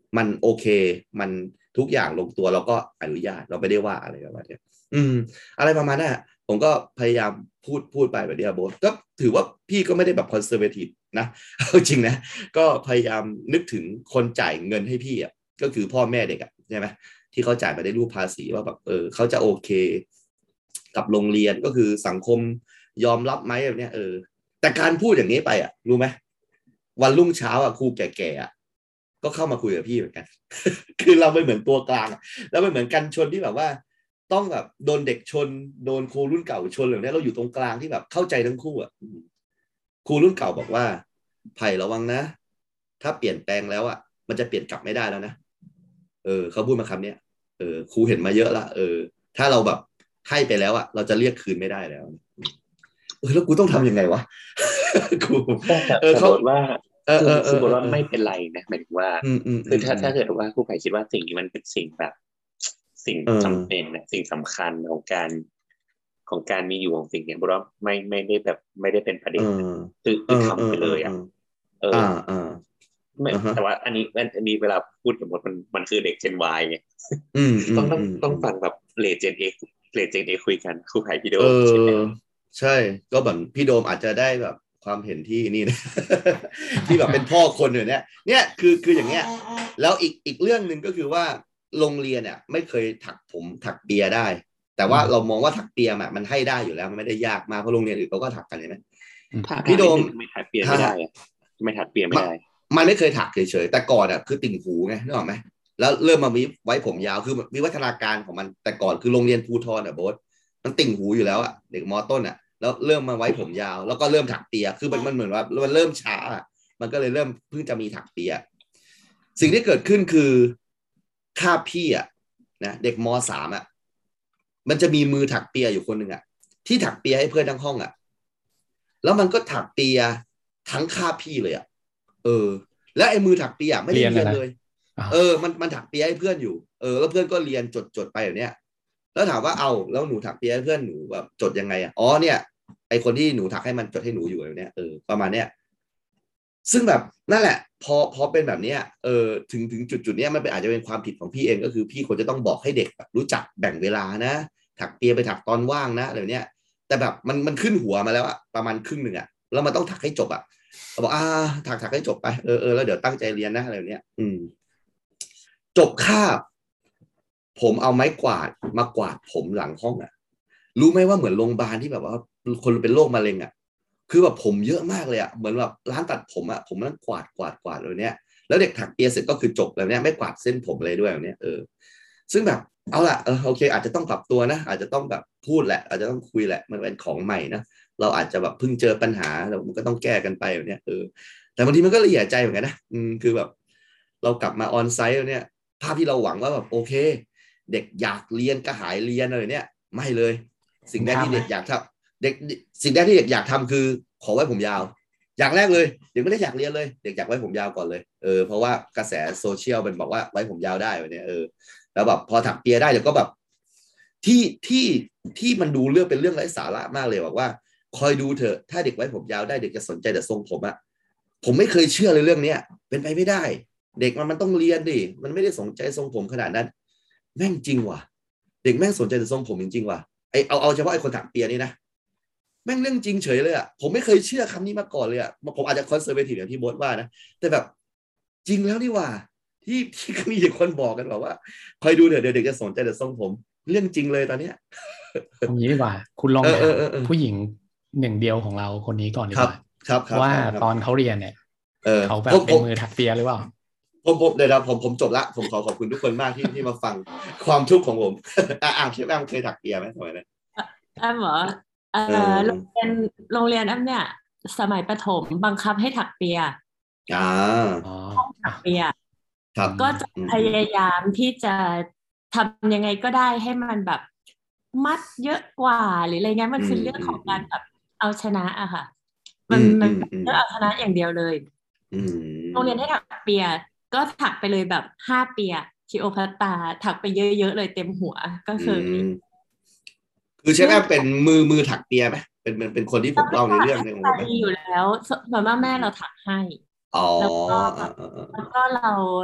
มันโอเคมันทุกอย่างลงตัวเราก็อนุญาตเราไม่ได้ว่าอะไรประมาณนี้อืมอะไรประมาณนั้นผมก็พยายามพูดพูดไปแบบนี้โบ๊ทก็ถือว่าพี่ก็ไม่ได้แบบคอนเซอร์เวทีฟนะจริงนะก็พยายามนึกถึงคนจ่ายเงินให้พี่อ่ะก็คือพ่อแม่เด็กอ่ะใช่ไหมที่เขาจ่ายมาได้รูปภาษีว่าแบบเออเขาจะโอเคกับโรงเรียนก็คือสังคมยอมรับไหมแบบนี้เออแต่การพูดอย่างนี้ไปอ่ะรู้ไหมวันรุ่งเช้าอ่ะครูแก่ๆอ่ะก็เข้ามาคุยกับพี่เหมือนกัน คือเราไม่เหมือนตัวกลางแล้วไม่เหมือนกันชนที่แบบว่าต้องแบบโดนเด็กชนโดนครูรุ่นเก่าชนแบบนี้เราอยู่ตรงกลางที่แบบเข้าใจทั้งคู่อ่ะครูรุ่นเก่าบอกว่าไผ่ระวังนะถ้าเปลี่ยนแปลงแล้วอ่ะมันจะเปลี่ยนกลับไม่ได้แล้วนะเออเขาพูดมาคำนี้เออครูเห็นมาเยอะละเออถ้าเราแบบให้ไปแล้วอ่ะเราจะเรียกคืนไม่ได้แล้วเออแล้วกูต้องทำยังไงวะครูเออเขาบอกว่าเออเออคือบอกว่าไม่เป็นไรนะหมายถึงว่าคือถ้าถ้าเกิดว่าครูไผ่คิดว่าสิ่งนี้มันเป็นสิ่งแบบสิ่งจำเป็นนะสิ่งสำคัญของการของการมีอยู่ของสิ่งเนี้ยบอกว่าไม่ไม่ได้แบบไม่ได้เป็นประเด็นคือคือทำไปเลยอ่ะเออไม่แต่ว่าอันนี้อันนี้เวลาพูดกับมันมันคือเด็กเจน Y ไงต้องต้องต้องฟังแบบเลเจน X เลเจน X คุยกันครูไผ่พี่โดมใช่ไหมใช่ก็แบบพี่โดมอาจจะได้แบบความเห็นที่นี่นะ ที่แบบเป็นพ่อคนอยู่เนี่ยเนี่ยคือคืออย่างเงี้ยแล้วอีกอีกเรื่องหนึ่งก็คือว่าโรงเรียนเนี่ยไม่เคยถักผมถักเปียได้แต่ว่าเรามองว่าถักเปียมันให้ได้อยู่แล้วมันไม่ได้ยากมากเพราะโรงเรียนอื่นเขาก็ถักกันใช่ไหมพี่โดมไม่ถักเปียไม่ได้ไม่ถักเปียไม่ได้มันไม่เคยถักเฉยๆแต่ก่อนอ่ะคือติ่งหูไงนึกออกไหมแล้วเริ่มมามีไว้ผมยาวคือวิวัฒนาการของมันแต่ก่อนคือโรงเรียนภูธรอ่ะโบ๊ทมันติ่งหูอยู่แล้วอ่ะเด็กมอต้นอ่ะแล้วเริ่มมาไว้ผมยาวแล้วก็เริ่มถักเปียคือมันมันเหมือนว่ามันเริ่มช้าอ่ะมันก็เลยเริ่มเพิ่งจะมีถักเปียสิ่งที่เกิดขึ้นคือคาบพี่อ่ะนะเด็กม.สาม อ่ะมันจะมีมือถักเปียอยู่คนหนึ่งอ่ะที่ถักเปียให้เพื่อนทั้งห้องอ่ะแล้วมันก็ถักเปียทั้งคาบพี่เลยอ่ะเออแล้วไอ้มือถักเปียไม่ได้เรียนเลยเออมันมันถักเปียให้เพื่อนอยู่เออแล้วเพื่อนก็เรียนจดจดไปแบบเนี้ยแล้วถามว่าเอาแล้วหนูถักเปียให้เพื่อนหนูแบบจดยังไงอ่ะอ๋อเนี่ยไอคนที่หนูถักให้มันจดให้หนูอยู่แบบเนี้ยเออประมาณเนี้ยซึ่งแบบนั่นแหละพอพอเป็นแบบเนี้ยเออถึงถึงจุดจุดเนี้ยมันเป็นอาจจะเป็นความผิดของพี่เองก็คือพี่ควรจะต้องบอกให้เด็กรู้จักแบ่งเวลานะถักเปียไปถักตอนว่างนะอะไรเนี้ยแต่แบบมันมันขึ้นหัวมาแล้วอะประมาณครึ่งหนึ่งอะแล้วมันต้องถักให้จบอะเราบอกอ่าถักถักให้จบไปเออเออแล้วเดี๋ยวตั้งใจเรียนนะอะไรเนี้ยอืมจบคาบผมเอาไม้กวาดมากวาดผมหลังห้องอะรู้ไหมว่าเหมือนโรงพยาบาลที่แบบว่าคนเป็นโรคมะเร็งอะคือแบบผมเยอะมากเลยอะเหมือนแบบร้านตัดผมอะผมนั่งกวาดกวาดกวาดเลยเนี้ยแล้วเด็กถักเปียเสร็จก็คือจบแล้วเนี้ยไม่กวาดเส้นผมเลยด้วยแบบเนี้ยเออซึ่งแบบเอาล่ะเออโอเคอาจจะต้องปรับตัวนะอาจจะต้องแบบพูดแหละอาจจะต้องคุยแหละมันเป็นของใหม่นะเราอาจจะแบบเพิ่งเจอปัญหาแล้วมันก็ต้องแก้กันไปแบบเนี้ยเออแต่บางทีมันก็ละเอียดใจเหมือนกันนะอืมคือแบบเรากลับมาออนไซต์แล้วเนี่ยภาพที่เราหวังว่าแบบโอเคเด็กอยากเรียนกระหายเรียนอะไรเนี่ยไม่เลยสิ่งแรกที่เด็กอยากทำเด็กสิ่งแรกที่เด็กอยากทำคือขอไว้ผมยาวอย่างแรกเลยเด็กไม่ได้อยากเรียนเลยเด็กอยากไว้ผมยาวก่อนเลยเออเพราะว่ากระแสโซเชียลเป็นบอกว่าไว้ผมยาวได้แบบนี้เออแล้วแบบพอถักเปียได้เดี๋ยวก็แบบที่ที่ที่มันดูเรื่องเป็นเรื่องไร้สาระมากเลยบอกว่าคอยดูเถอะถ้าเด็กไว้ผมยาวได้เด็กจะสนใจแต่ทรงผมอะผมไม่เคยเชื่อเลยเรื่องนี้เป็นไปไม่ได้เด็กมันมันต้องเรียนดิมันไม่ได้สนใจทรงผมขนาดนั้นแม่งจริงว่ะเด็กแม่งสนใจแต่ทรงผมจริงๆว่ะไอเอาเอาเฉพาะไอคนถักเปียนี่นะแม่งเรื่องจริงเฉยเลยอ่ะผมไม่เคยเชื่อคำนี้มาก่อนเลยอ่ะผมอาจจะคอนเซอร์เวทีฟอย่างที่โบ๊ทว่านะแต่แบบจริงแล้วนี่ว่าที่ที่มีคนบอกกันบอกว่าคอยดูเดี๋ยวเด็กจะสนใจแต่ทรงผมเรื่องจริงเลยตอนเนี้ยผมนี้ดีกว่าคุณลองถามผู้หญิงหนึ่งเดียวของเราคนนี้ก่อนดีกว่าว่าตอนเขาเรียนเนี่ยเขาแบบเป็นมือถักเปียหรือเปล่าผมผมเดี๋ยวผมผมจบละผมขอขอบคุณทุกคนมากที่ที่มาฟังความทุกข์ของผมอ่าเชฟแอมเคยถักเปียไหมสมัยนั้นแอมเหรอเออโรงเรียนโรงเรียนแอมเนี่ยสมัยประถมบังคับให้ถักเปียอ่าห้องถักเปียก็จะพยายามที่จะทำยังไงก็ได้ให้มันแบบมัดเยอะกว่าหรืออะไรเงี้ยมันคือเรื่องของการแบบเอาชนะอะค่ะมันมันเรื่องเอาชนะอย่างเดียวเลยโรงเรียนให้ถักเปียก็ถักไปเลยแบบห้าเปียคิโอพัตตาถักไปเยอะๆเลยเต็มหัวก็คือคือใช่ไหมเป็นมือมือถักเปียไหมเป็นเป็นคนที่ผมเล่าในเรื่องในของผมไหมมีอยู่แล้วส่วนมากแม่เราถักให้อ๋อแล้วก็แล้วก็เรา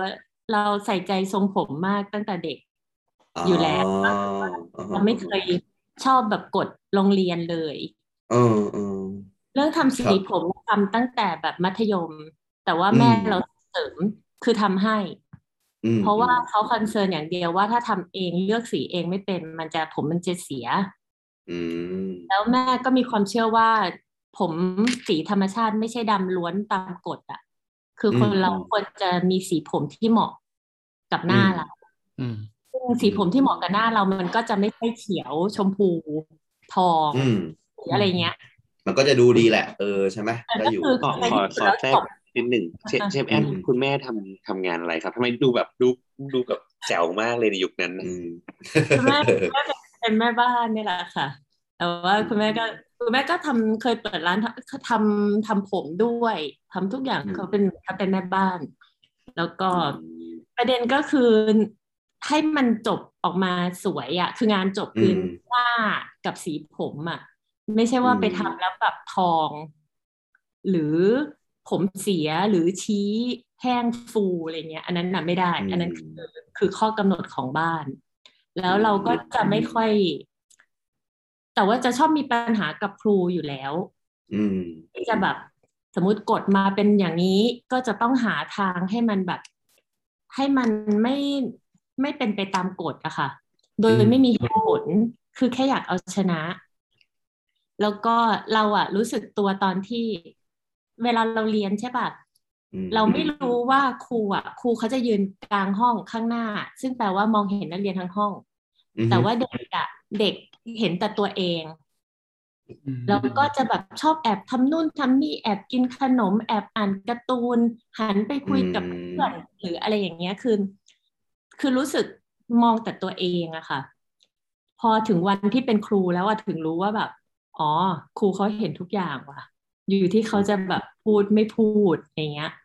เราใส่ใจทรงผมมากตั้งแต่เด็กอยู่แล้วเราไม่เคยชอบแบบกฎโรงเรียนเลยเออเออเรื่องทำสีผมทำตั้งแต่แบบมัธยมแต่ว่าแม่เราเสริมคือทำให้เพราะว่าเขาคอนเซิร์นอย่างเดียวว่าถ้าทำเองเลือกสีเองไม่เป็นมันจะผมมันจะเสียแล้วแม่ก็มีความเชื่อว่าผมสีธรรมชาติไม่ใช่ดำล้วนตามกฎอ่ะคือคนเราควรจะมีสีผมที่เหมาะกับหน้าเราซึ่งสีผมที่เหมาะกับหน้าเรามันก็จะไม่ใช่เขียวชมพูทองหรืออะไรเงี้ยมันก็จะดูดีแหละเออใช่ไหมก็อยู่ขอขอขอแทรกนิดหนึ่งเชฟเชฟแอนคุณแม่ทำทำงานอะไรครับทำไมดูแบบดูดูแบบแจ๋วมากเลยในยุคนั้นคุณแม่เป็นแม่บ้านนี่แหละค่ะแต่ว่าคุณแม่ก็คุณแม่ก็ทำเคยเปิดร้านทำทำผมด้วยทำทุกอย่างเขาเป็นเขาเป็นแม่บ้านแล้วก็ประเด็นก็คือให้มันจบออกมาสวยอ่ะคืองานจบคือหน้ากับสีผมอ่ะไม่ใช่ว่าไปทำแล้วแบบทองหรือผมเสียหรือชี้แห้งฟูอะไรเงี้ยอันนั้นน่ะไม่ได้อันนั้นคือคือข้อกำหนดของบ้านแล้วเราก็จะไม่ค่อยแต่ว่าจะชอบมีปัญหากับครูอยู่แล้วที่จะแบบสมมุติกฎมาเป็นอย่างนี้ก็จะต้องหาทางให้มันแบบให้มันไม่ไม่เป็นไปตามกฎอะค่ะโดยไม่มีเหตุผลคือแค่อยากเอาชนะแล้วก็เราอะรู้สึกตัวตอนที่เวลาเราเรียนใช่ป่ะเราไม่รู้ว่าครูอะครูเขาจะยืนกลางห้องข้างหน้าซึ่งแปลว่ามองเห็นนักเรียนทั้งห้องแต่ว่าเด็กอะเด็กเห็นแต่ตัวเองแล้วก็จะแบบชอบแอบทำนู่นทำนี่แอบกินขนมแอบอ่านการ์ตูนหันไปคุยกับเพื่อนหรืออะไรอย่างเงี้ยคือคือรู้สึกมองแต่ตัวเองอะค่ะพอถึงวันที่เป็นครูแล้วอะถึงรู้ว่าแบบอ๋อครูเขาเห็นทุกอย่างว่ะอยู่ที่เขาจะแบบพูดไม่พูดอย่างเงี้ย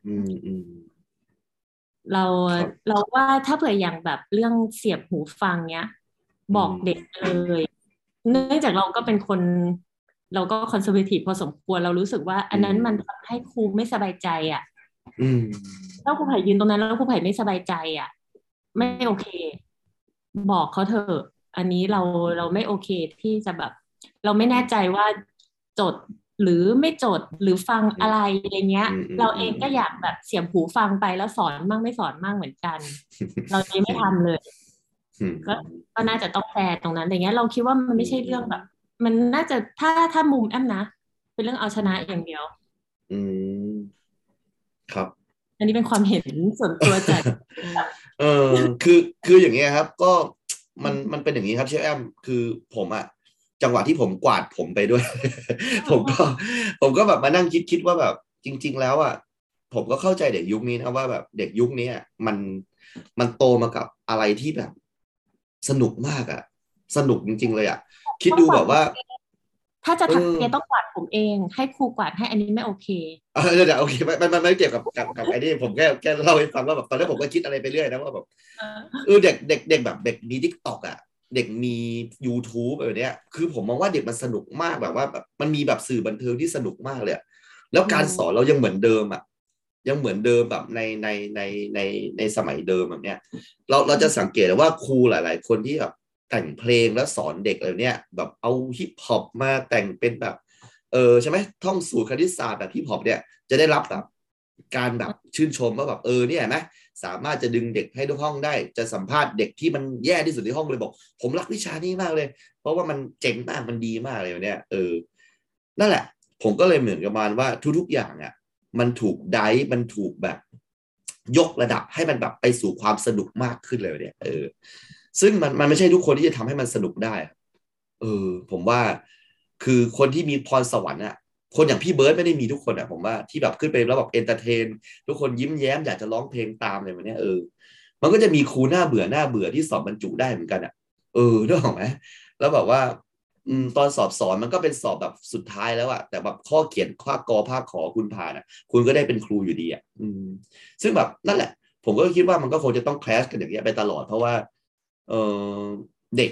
เราเราว่าถ้าเผื่ออย่างแบบเรื่องเสียบหูฟังเนี้ยบอกเด็กเลยเนื่องจากเราก็เป็นคนเราก็คอนเซอร์เวทีฟพอสมควรเรารู้สึกว่าอันนั้นมันทำให้ครูไม่สบายใจอ่ะถ้าครูไผ่ยืนตรงนั้นแล้วครูไผ่ไม่สบายใจอ่ะไม่โอเคบอกเขาเถอะอันนี้เราเราไม่โอเคที่จะแบบเราไม่แน่ใจว่าจดหรือไม่จดหรือฟังอะไรอะไรเงี้ยเราเองก็อยากแบบเสียบหูฟังไปแล้วสอนมั่งไม่สอนมั่งเหมือนกัน เรายังไม่ทำเลยก็ก็น่าจะต้องแฟร์ตรงนั้นอะไรเงี้ยเราคิดว่ามันไม่ใช่เรื่องแบบมันน่าจะถ้าถ้ามุมแอมนะเป็นเรื่องเอาชนะอย่างเดียวอืมครับอันนี้เป็นความเห็นส่วนตัวจากเออคือคืออย่างเงี้ยครับก็มันมันเป็นอย่างนี้ครับเชฟแอมคือผมอะจังหวะที่ผมกวาดผมไปด้วย ผมก็ผมก็แบบมานั่งคิดคิดว่าแบบจริงๆแล้วอะผมก็เข้าใจเด็กยุคนี้นะว่าแบบเด็กยุคนี้มันมันโตมากับอะไรที่แบบสนุกมากอะสนุกจริงๆเลยอะคิดดูแบบว่าถ้าจะทำเนี่ยต้องกวาดผมเองให้ครูกวาดให้อันนี้ไม่โอเคเออเดี๋ยวโอเคไม่ไม่ไม่เกี่ยวกับกับกับไอ้นี่ผมแค่แค่เล่าให้ฟังว่าแบบตอนแรกผมก็คิดอะไรไปเรื่อยนะว่าแบบเออเด็กเด็กเด็กแบบเด็กมี TikTok อ่ะเด็กมี YouTube แบบเนี้ยคือผมมองว่าเด็กมันสนุกมากแบบว่าแบบมันมีแบบสื่อบันเทิงที่สนุกมากเลยแล้วการสอนเรายังเหมือนเดิมอ่ะยังเหมือนเดิมแบบในในในในในสมัยเดิมแบบเนี้ยเราเราจะสังเกตว่าครูหลายๆคนที่แบบแต่งเพลงแล้วสอนเด็กอะไรเนี้ยแบบเอาฮิปฮอปมาแต่งเป็นแบบเออใช่ไหมท่องสูตรคณิตศาสตร์แบบฮิปฮอปเนี่ยจะได้รับแบบการแบบชื่นชมว่าแบบเออเนี่ยเห็นไหมสามารถจะดึงเด็กให้ทุกห้องได้จะสัมภาษณ์เด็กที่มันแย่ที่สุดในห้องเลยบอกผมรักวิชานี้มากเลยเพราะว่ามันเจ๋งมากมันดีมากเลยเนี่ยเออนั่นแหละผมก็เลยเหมือนกับมันว่าทุกๆอย่างอ่ะมันถูกไดฟ์มันถูกแบบยกระดับให้มันแบบไปสู่ความสนุกมากขึ้นเลยเนี่ยเออซึ่งมันมันไม่ใช่ทุกคนที่จะทำให้มันสนุกได้เออผมว่าคือคนที่มีพรสวรรค์อ่ะคนอย่างพี่เบิร์ดไม่ได้มีทุกคนอ่ะผมว่าที่แบบขึ้นไปแล้วแบบเอนเตอร์เทนทุกคนยิ้มแย้มอยากจะร้องเพลงตามอะไรแบบนี้เออมันก็จะมีครูหน้าเบื่อหน้าเบื่อที่สอบบรรจุได้เหมือนกันอ่ะเออนึกออกไหมแล้วแบบว่าอืมตอนสอบสอนมันก็เป็นสอบแบบสุดท้ายแล้วอะแต่แบบข้อเขียนข้อกอภาคขอคุณผ่านอะคุณก็ได้เป็นครูอยู่ดีอะอืมซึ่งแบบนั่นแหละผมก็คิดว่ามันก็คงจะต้องแคลชกันอย่างเงี้ยไปตลอดเพราะว่าเออเด็ก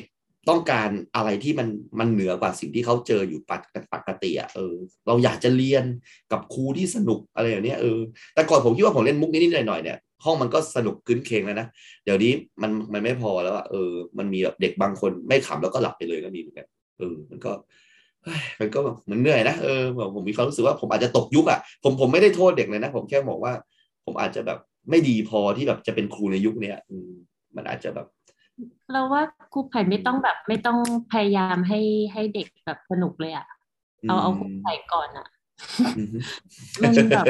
ต้องการอะไรที่มันมันเหนือกว่าสิ่งที่เขาเจออยู่ปกติอ่ะเออเราอยากจะเรียนกับครูที่สนุกอะไรอย่างเนี้ยเออแต่ก่อนผมคิดว่าผมเล่นมุกนิดๆหน่อยๆเนี่ยห้องมันก็สนุกคืนเคงแล้วนะเดี๋ยวนี้มันมันไม่พอแล้วอ่ะเออมันมีแบบเด็กบางคนไม่ขำแล้วก็หลับไปเลยก็มีเหมือนกันเออมันก็มันก็แบบมันเหนื่อยนะเออผมมีความรู้สึกว่าผมอาจจะตกยุคอ่ะผมผมไม่ได้โทษเด็กเลยนะผมแค่บอกว่าผมอาจจะแบบไม่ดีพอที่แบบจะเป็นครูในยุคเนี้ยอืมมันอาจจะแบบเราว่าครูไผ่ไม่ต้องแบบไม่ต้องพยายามให้ให้เด็กแบบสนุกเลยอ่ะเอาเอาครูไผ่ก่อนอ่ะมันแบบ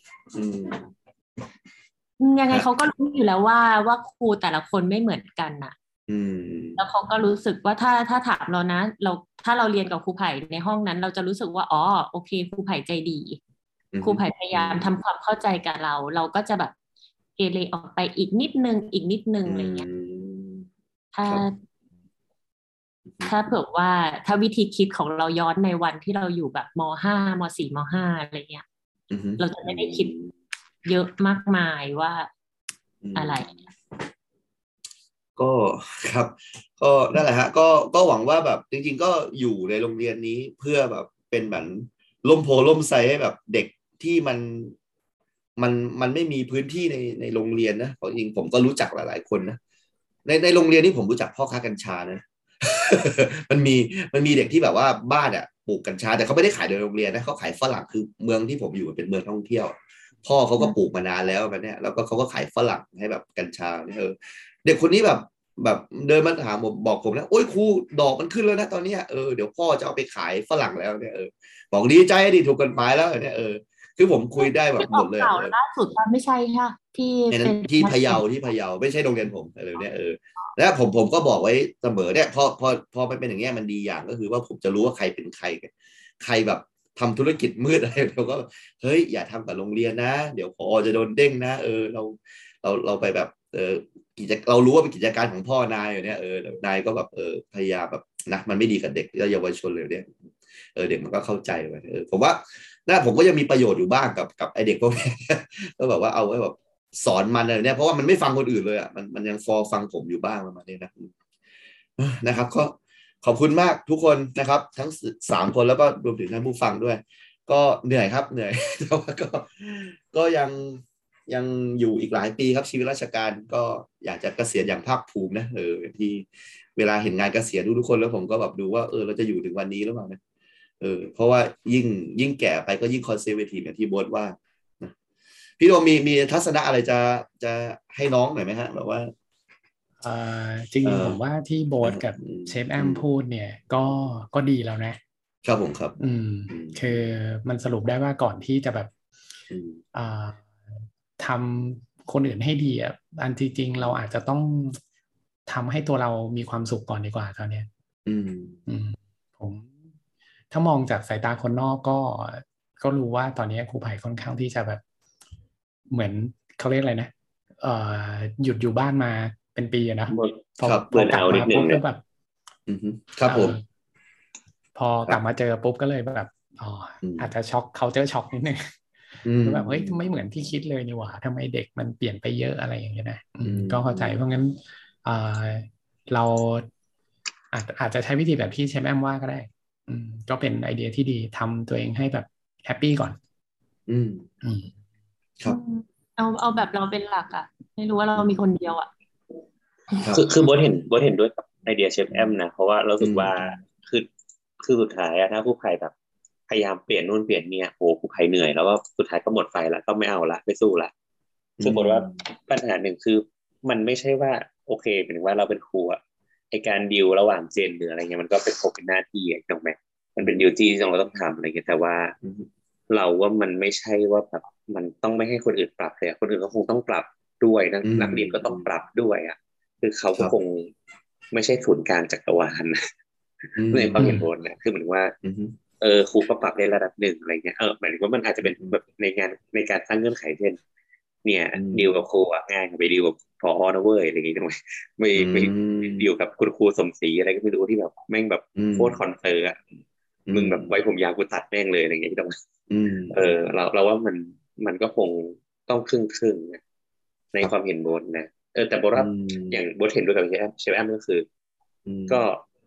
ยังไงเขาก็รู้อยู่แล้วว่าว่าครูแต่ละคนไม่เหมือนกันน่ะแล้วเขาก็รู้สึกว่าถ้าถ้าถามเรานะเราถ้าเราเรียนกับครูไผ่ในห้องนั้น เราจะรู้สึกว่าอ๋อโอเคครูไผ่ใจดีครูไผ่พยายามทำความเข้าใจกับเรา เราก็จะแบบเกเรออกไปอีกนิดนึงอีกนิดนึงอะไรเงี้ยถ้าถ้าเผื่อว่าถ้าวิธีคิดของเราย้อนในวันที่เราอยู่แบบมห้ามสี่มห้าอะไรเงี้ยเราจะไม่ได้คิดเยอะมากมายว่าอะไรก็ครับก็นั่นแหละฮะก็ก็หวังว่าแบบจริงๆก็อยู่ในโรงเรียนนี้เพื่อแบบเป็นเหมือนล่มโพล่มไทรให้แบบเด็กที่มันมันมันไม่มีพื้นที่ในในโรงเรียนนะเพราะจริงผมก็รู้จักหลายๆคนนะในในโรงเรียนที่ผมรู้จักพ่อค้ากัญชานะมันมีมันมีเด็กที่แบบว่าบ้านอ่ะปลูกกัญชาแต่เขาไม่ได้ขายในโรงเรียนนะเขาขายฝรั่งคือเมืองที่ผมอยู่เป็นเมืองท่องเที่ยวพ่อเขาก็ปลูกมานานแล้วแบบเนี้ยแล้วก็เขาก็ขายฝรั่งให้แบบกัญชาเนี่ยเออเด็กคนนี้แบบแบบเดินมาถามผมบอกผมนะโอ้ยครูดอกมันขึ้นแล้วนะตอนนี้เออเดี๋ยวพ่อจะเอาไปขายฝรั่งแล้วเนี่ยเออบอกดีใจดิถูกกฎหมายแล้วเนี่ยเออคือผมคุยได้แบบหมดเลยข่าวล่าสุดว่าไม่ใช่ค่ะที่เป็นที่พะเยาที่พะเยาไม่ใช่โรงเรียนผมอะไรเนี่ยเออแล้วผมผมก็บอกไว้เสมอเนี่ยพอพอพอมันเป็นอย่างเงี้ยมันดีอย่างก็คือว่าผมจะรู้ว่าใครเป็นใครใครแบบทำธุรกิจมืดอะไรเราก็เฮ้ยอย่าทำกับโรงเรียนนะเดี๋ยวพอจะโดนเด้งนะเออเราเราเราไปแบบเออกิจเรารู้ว่าเป็นกิจการของพ่อนายอยู่เนี่ยเออนายก็แบบเออพยายามแบบนะมันไม่ดีกับเด็กและเยาวชนเลยเนี่ยเออเด็กมันก็เข้าใจไปเออผมว่าน่าผมก็ยังมีประโยชน์อยู่บ้างกับกับไอเด็กพวกนี้ก็แบบว่าเอาไว้แบบสอนมันอะไรเนี่ยเพราะว่ามันไม่ฟังคนอื่นเลยอ่ะมันมันยังฟอฟังผมอยู่บ้างประมาณนี้นะนะครับก็ขอบคุณมากทุกคนนะครับทั้งสามคนแล้วก็รวมถึงท่านผู้ฟังด้วยก็เหนื่อยครับเหนื่อยแต่ว่าก็ก็ยังยังอยู่อีกหลายปีครับชีวิตราชการก็อยากจะเกษียณอย่างภาคภูมินะเออที่เวลาเห็นงานเกษียณทุกคนแล้วผมก็แบบดูว่าเออเราจะอยู่ถึงวันนี้หรือเปล่านะเออเพราะว่ายิ่งยิ่งแก่ไปก็ยิ่งคอนเซอร์เวทีฟอย่างที่โบ๊ทว่านะพี่โดมมีมีทัศนะอะไรจะจะให้น้องหน่อยไหมฮะแบบว่าเอ่อจริงๆผมว่าที่โบ๊ทกับเชฟแอมพูดเนี่ยก็ก็ดีแล้วนะครับผมครับอืมคือมันสรุปได้ว่าก่อนที่จะแบบอ่าทำคนอื่นให้ดีอ่ะอันที่จริงเราอาจจะต้องทำให้ตัวเรามีความสุขก่อนดีกว่าตอนเนี้ยอืมอืมผมถ้ามองจากสายตาคนนอกก็ก็รู้ว่าตอนนี้ครูไผ่ค่อนข้างที่จะแบบเหมือนเขาเรียกอะไรนะเอ่อหยุดอยู่บ้านมาเป็นปีอะนะพอพอกลับมาปุ๊บก็แบบครับผมพอกลับมาเจอปุ๊บก็เลยแบบอ๋ออาจจะช็อกเขาเจอช็อกนิดนึงคือแบบเฮ้ยไม่เหมือนที่คิดเลยนี่หว่าทำไมเด็กมันเปลี่ยนไปเยอะอะไรอย่างเงี้ยนะก็เข้าใจเพราะงั้นเราอาจอาจจะใช้วิธีแบบที่เชฟแอมว่าก็ได้ก็เป็นไอเดียที่ดีทำตัวเองให้แบบแฮปปี้ก่อนอืมอืมครับเอาเอาแบบเราเป็นหลักอ่ะไม่รู้ว่าเรามีคนเดียวอ่ะคือคือโบ๊ทเห็นโบ๊ทเห็นด้วยกับไอเดียเชฟแอมนะเพราะว่าเราสึกว่าคือคือสุดท้ายอะถ้าผู้ภัยแบบพยายามเปลี่ยนนู่นเปลี่ยนเนี่ยโหผู้ภัยเหนื่อยแล้วก็สุดท้ายก็หมดไฟละก็ไม่เอาละไม่สู้ละคือบอกว่าปัญหาหนึ่งคือมันไม่ใช่ว่าโอเคหมายถึงว่าเราเป็นครูอะไอการดิวระหว่างเจนหรืออะไรเงี้ยมันก็เป็นเป็นหน้าที่ถูกไหมมันเป็นดิวที่เราต้องทำอะไรเงี้ยแต่ว่าเราว่ามันไม่ใช่ว่าแบบมันต้องไม่ให้คนอื่นปรับเลยคนอื่นก็คงต้องปรับด้วยนักเรียนก็ต้องปรับด้วยอ่ะคือเขาก็คงไม่ใช่ศูนย์กลางจักรวาลในความเห็นโบนนะคือเหมือนว่าเออครูก็ปรับในระดับหนึ่งอะไรเงี้ยเออหมายถึงว่ามันอาจจะเป็นแบบในงานในการสร้างเงื่อนไขเช่นเนี่ยดีลกับครูอ่ะง่ายไปดีลกับพอนะเว้ยอะไรอย่างงี้ทำไมไม่ไม่ดีลกับคุณครูสมศรีอะไรก็ไม่รู้ที่แบบแม่งแบบโคตรคอนเซอร์อ่ะมึงแบบไว้ผมยาวกูตัดแม่งเลยอะไรเงี้ยที่ต้องเออเราเราว่ามันมันก็คงต้องครึ่งครึ่งนะในความเห็นโบนนะเออแต่โบว่าอย่างโบเห็นด้วยกับเชฟแอมเชฟแอมก็คือก็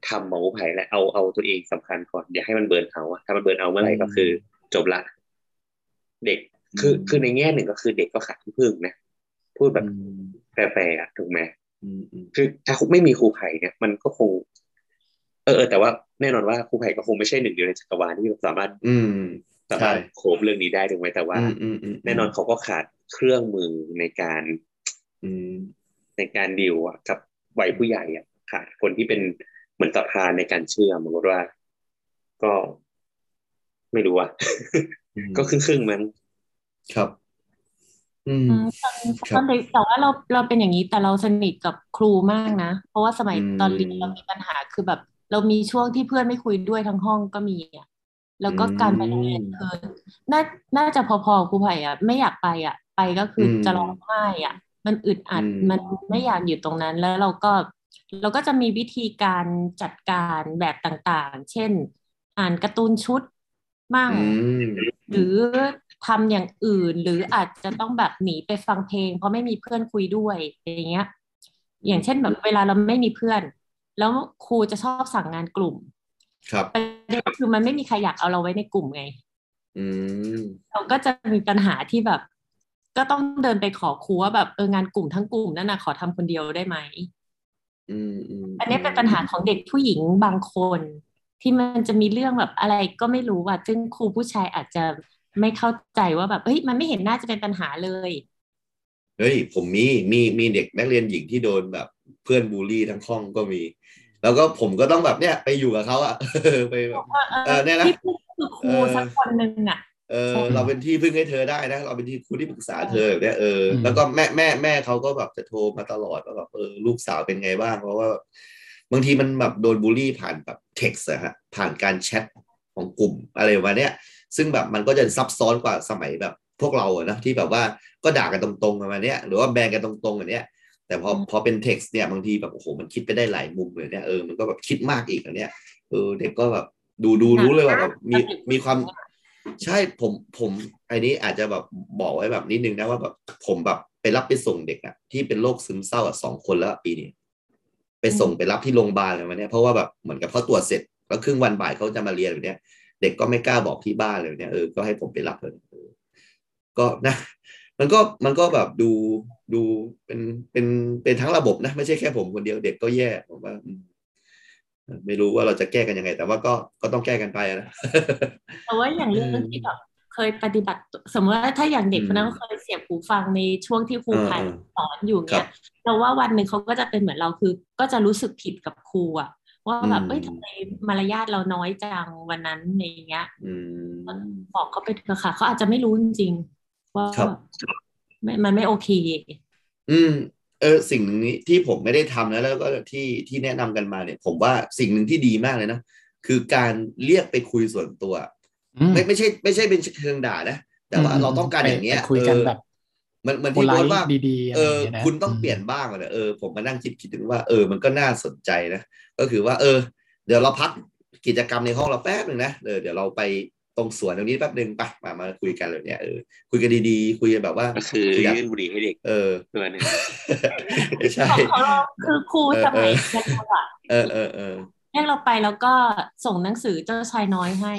ทำของครูไผ่และเอาเอาตัวเองสำคัญก่อนอย่าให้มันเบิร์นเอาถ้ามันเบิร์นเอาเมื่อไหร่ก็คือจบละเด็กคือคือในแง่หนึ่งก็คือเด็กก็ขาดที่พึ่งนะพูดแบบแปลๆถูกไหมคือถ้าไม่มีครูไผ่เนี่ยมันก็คงเออเออแต่ว่าแน่นอนว่าครูไผ่ก็คงไม่ใช่หนึ่งเดียวในจักรวาลที่สามารถสามารถโขบเรื่องนี้ได้ถูกไหมแต่ว่าแน่นอนเขาก็ขาดเครื่องมือในการในการดีลกับวัยผู้ใหญ่อ่ะขาดคนที่เป็นเหมือนสะพานในการเชื่อมสมมติว่าก็ไม่รู้อ่ะก็ครึ่งๆมันครับอืมตอนเด็กแต่ว่าเราเราเป็นอย่างนี้แต่เราสนิทกับครูมากนะเพราะว่าสมัยตอนเรียนเรามีปัญหาคือแบบเรามีช่วงที่เพื่อนไม่คุยด้วยทั้งห้องก็มีอ่ะแล้วก็การไปโรงเรียนคือน่าน่าจะพอๆครูไผ่อ่ะไม่อยากไปอ่ะไปก็คือจะร้องไห้อ่ะมันอึดอัดมันไม่อยากอยู่ตรงนั้นแล้วเราก็เราก็จะมีวิธีการจัดการแบบต่างๆเช่นอ่านการ์ตูนชุดมั่งหรือทำอย่างอื่นหรืออาจจะต้องแบบหนีไปฟังเพลงเพราะไม่มีเพื่อนคุยด้วยอย่างเงี้ยอย่างเช่นแบบเวลาเราไม่มีเพื่อนแล้วครูจะชอบสั่งงานกลุ่มครับประเด็นคือมันไม่มีใครอยากเอาเราไว้ในกลุ่มไงอืมเราก็จะมีปัญหาที่แบบก็ต้องเดินไปขอครูว่าแบบเอองานกลุ่มทั้งกลุ่มนั่นน่ะขอทำคนเดียวได้ไหมอืมอืมอันนี้เป็นปัญหาของเด็กผู้หญิงบางคนที่มันจะมีเรื่องแบบอะไรก็ไม่รู้อ่ะซึ่งครูผู้ชายอาจจะไม่เข้าใจว่าแบบเฮ้ยมันไม่เห็นน่าจะเป็นปัญหาเลยเฮ้ยผมมีมีมีเด็กนักเรียนหญิงที่โดนแบบเพื่อนบูลลี่ทั้งห้องก็มีแล้วก็ผมก็ต้องแบบเนี้ยไปอยู่กับเขาอะไปแบบเออเนี่ยนะที่คือครูสักคนหนึ่งอะเออเราเป็นที่พึ่งให้เธอได้นะเราเป็นที่ครูที่ปรึกษาเธอแบบเนี้ยเออแล้วก็แม่แม่แม่เขาก็แบบจะโทรมาตลอดว่าแบบเออลูกสาวเป็นไงบ้างเพราะว่าบางทีมันแบบโดนบูลลี่ผ่านแบบเท็กซ์อะฮะผ่านการแชทของกลุ่มอะไรประมาณเนี้ยซึ่งแบบมันก็จะซับซ้อนกว่าสมัยแบบพวกเราอะนะที่แบบว่าก็ด่ากันตรงๆประมาณเนี้ยหรือว่าแบนกันตรงๆอย่างเนี้ยแต่พอพอเป็นเท็กซ์เนี่ยบางทีแบบโอ้โหมันคิดไปได้หลายมุมเลยเนี่ยเออมันก็แบบคิดมากอีกอันเนี้ยเออเด็กก็แบบดูดูรู้เลยว่าแบบมีมีความใช่ผมผมไอ้นี้อาจจะแบบบอกไว้แบบนิดนึงนะว่าแบบผมแบบไปรับไปส่งเด็กอะที่เป็นโรคซึมเศร้าอะสองคนแล้วปีนี้ไปส่งไปรับที่โรงพยาบาลอะไรมาเนี่ยเพราะว่าแบบเหมือนกับเขาตรวจเสร็จแล้วครึ่งวันบ่ายเขาจะมาเรียนแบบเนี้ยเด็กก็ไม่กล้าบอกที่บ้านเลยเนี่ยเออก็ให้ผมไปรับเลยก็นะมันก็มันก็แบบดูดูเป็นเป็นเป็นทั้งระบบนะไม่ใช่แค่ผมคนเดียวเด็กก็แย่ผมว่าไม่รู้ว่าเราจะแก้กันยังไงแต่ว่าก็ก็ต้องแก้กันไปนะแต่ว่าอย่างเรื่องที่แบบเคยปฏิบัติสมมติว่าถ้าอย่างเด็กคนนั้นเคยเสียบหูฟังในช่วงที่ครูไผ่สอนอยู่เนี่ยเราว่าวันหนึ่งเขาก็จะเป็นเหมือนเราคือก็จะรู้สึกผิดกับครูอะว่าแบบเอ้ยทำไมมารยาทเราน้อยจังวันนั้นในเงี้ยบอกเขาไปเถอะค่ะเขาอาจจะไม่รู้จริงๆว่ามันไม่โอเคอืมเออสิ่งนี้ที่ผมไม่ได้ทำนะแล้วก็ที่ที่แนะนำกันมาเนี่ยผมว่าสิ่งหนึ่งที่ดีมากเลยนะคือการเรียกไปคุยส่วนตัวไม่ไม่ใช่ไม่ใช่เป็นเชิงด่านะแต่ว่าเราต้องการอย่างเงี้ยคุยกันแบบมันเหมือนที่บอกว่าเออคุณต้องเปลี่ยนบ้างเลยเออผมมานั่งคิดคิดถึงว่าเออมันก็น่าสนใจนะก็คือว่าเออเดี๋ยวเราพักกิจกรรมในห้องเราแป๊บหนึ่งนะเออเดี๋ยวเราไปตรงสวนตรงนี้แป๊บหนึ่งไปมามาคุยกันเลยเนี่ยเออคุยกันดีๆคุยกันแบบว่าคือยื่นบุหรี่ให้เด็กเออตัวนึงใช่ของเราคือครูสมัยเรียนเราอะเออเออเออเรียกเราไปแล้วก็ส่งหนังสือเจ้าชายน้อยให้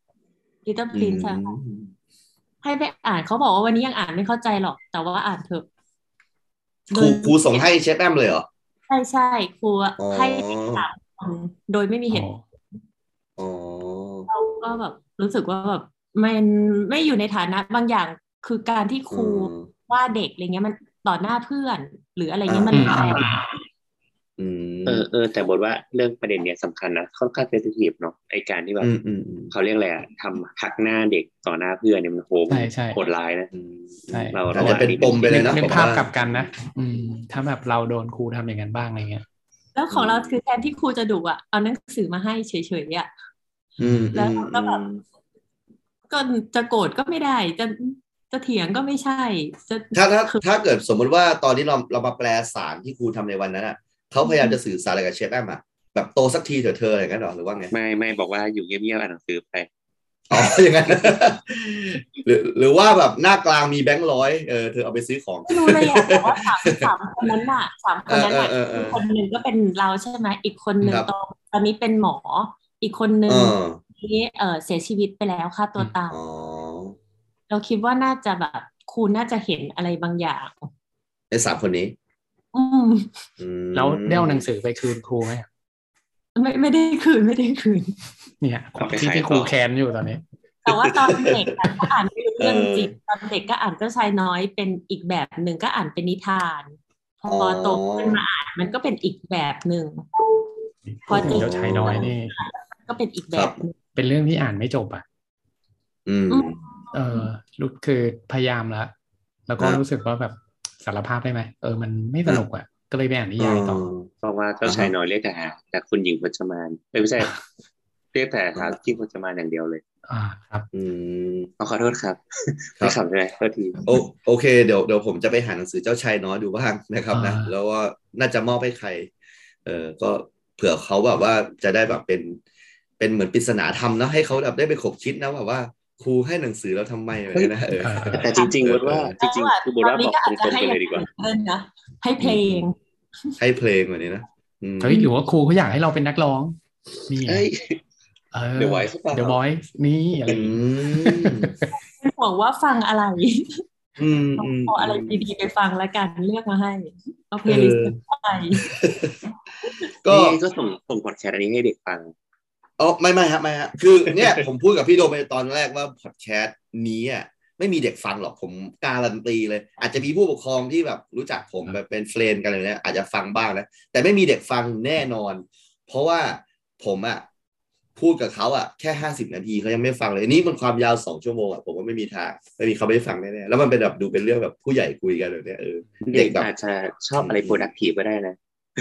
Little Prince ให้ไปอ่านเขาบอกว่าวันนี้ยังอ่านไม่เข้าใจหรอกแต่ว่าอ่านเถอะครูครูส่งให้เชฟแอมเลยเหรอใช่ใช่ครูให้สามคนโดยไม่มีเหตุเราก็แบบรู้สึกว่าแบบมันไม่อยู่ในฐานะบางอย่างคือการที่ครูว่าเด็กอะไรเงี้ยมันต่อหน้าเพื่อนหรืออะไรเงี้ยมันแรงเออเออแต่บอกว่าเรื่องประเด็นเนี้ยสำคัญนะค่อนข้างเซนซิทีฟเนาะไอการที่แบบเขาเรียกอะไรอะทำหักหน้าเด็กต่อหน้าเพื่อนเนี่ยมันโหดโหดร้ายนะเราเราจะเป็นปมไปเลยนะเป็นภาพกลับกันนะอืมถ้าแบบเราโดนครูทำอย่างนั้นบ้างอะไรเงี้ยแล้วของเราคือแทนที่ครูจะดุอ่ะเอาหนังสือมาให้เฉยๆอ่ะแล้วก็แบบก็จะโกรธก็ไม่ได้จะจะเถียงก็ไม่ใช่ถ้าถ้าถ้าเกิดสมมติว่าตอนนี้เราเรามาแปลสารที่ครูทำในวันนั้นอ่ะเขาพยายามจะสื่อสารอะไรกับเชฟแอมอ่ะแบบโตสักทีเถอะเธออะไรกันหรอหรือว่าไงไม่ไม่บอกว่าอยู่เงียบๆอ่านหนังสือไปอ๋ออย่างนั้นหรือหรือว่าแบบหน้ากลางมีแบงค์ร้อยเออเธอเอาไปซื้อของไม่รู้เลยอะแต่ว่าสามสามคนนั้นน่ะสามคนนั้นน่ะคนหนึ่งก็เป็นเราใช่ไหมอีกคนหนึ่งตอนตอนนี้เป็นหมออีกคนหนึ่งที่เออเสียชีวิตไปแล้วค่ะตัวตายเราคิดว่าน่าจะแบบครูน่าจะเห็นอะไรบางอย่างในสามคนนี้อืมแล้วได้เอาหนังสือไปคืนครูไหมไม่ไม่ได้คืนไม่ได้คืนเนี่ยที่ที่ครูแค้นอยู่ตอนนี้แต่ว่าตอนเด็กก็อ่านไม่รู้เรื่องจริงตอนเด็กก็อ่านเจ้าชายน้อยเป็นอีกแบบหนึ่งก็อ่านเป็นนิทานพอโตขึ้นมาอ่านมันก็เป็นอีกแบบหนึ่งพอเจ้าชายน้อยนี่ก็เป็นอีกแบบเป็นเรื่องที่อ่านไม่จบอ่ะอืมเออรู้คือพยายามแล้วแล้วก็รู้สึกว่าแบบสารภาพได้ไหมเออมันไม่สนุกอ่ะก็เลยไปอ่านนิยายต่อเพราะว่าเจ้าชายน้อยเรียกแต่หาแต่คุณหญิงพจมานไม่ใช่เรียกแต่หาที่พจมานอย่างเดียวเลยอ่าครับอืมขอโทษครับไม่ขำเลยโทษทีโอโอเคเดี๋ยวเดี๋ยวผมจะไปหาหนังสือเจ้าชายน้อยดูบ้างนะครับนะแล้วว่าน่าจะมอบให้ใครเออก็เผื่อเขาแบบว่าจะได้แบบเป็นเป็นเหมือนปริศนาธรรมนะให้เขาแบบได้ไปขบคิดนะแบบว่าครูให้หนังสือแล้วทำไมอะไรนะเออแต่จริงๆบอกว่าจริงๆคือบอกว่าบอกตรงๆเลยดีกว่าให้เพลงให้เพลงแบบนี้นะเฮ้ยหรือว่าครูเขาอยากให้เราเป็นนักร้องนี่ไงเดี๋ยวไว้เดี๋ยวบอยนี่อะไรห่วงว่าฟังอะไรอืมเอาอะไรดีๆไปฟังแล้วกันเลือกมาให้เอาเพลย์ลิสต์ไปก็ก็ส่งส่งพอดแคสต์อันนี้ให้เด็กฟังอ๋อไม่ไม่ครับไม่ฮะคือเนี่ยผมพูดกับพี่โดมไปตอนแรกว่าพอดแคสต์นี้อ่ะไม่มีเด็กฟังหรอกผมการันตีเลยอาจจะมีผู้ปกครองที่แบบรู้จักผมแบบเป็นเฟรนด์กันอะไรเนี่ยอาจจะฟังบ้างนะแต่ไม่มีเด็กฟังแน่นอนเพราะว่าผมอ่ะพูดกับเขาอ่ะแค่ห้าสิบนาทีเขายังไม่ฟังเลยนี่มันความยาวสองชั่วโมงอ่ะผมว่าไม่มีทางไม่มีเขาไม่ฟังแน่ๆแล้วมันเป็นแบบดูเป็นเรื่องแบบผู้ใหญ่คุยกันเลยเนี่ยเออเด็กอาจจะชอบอะไร productive ก็ได้นะ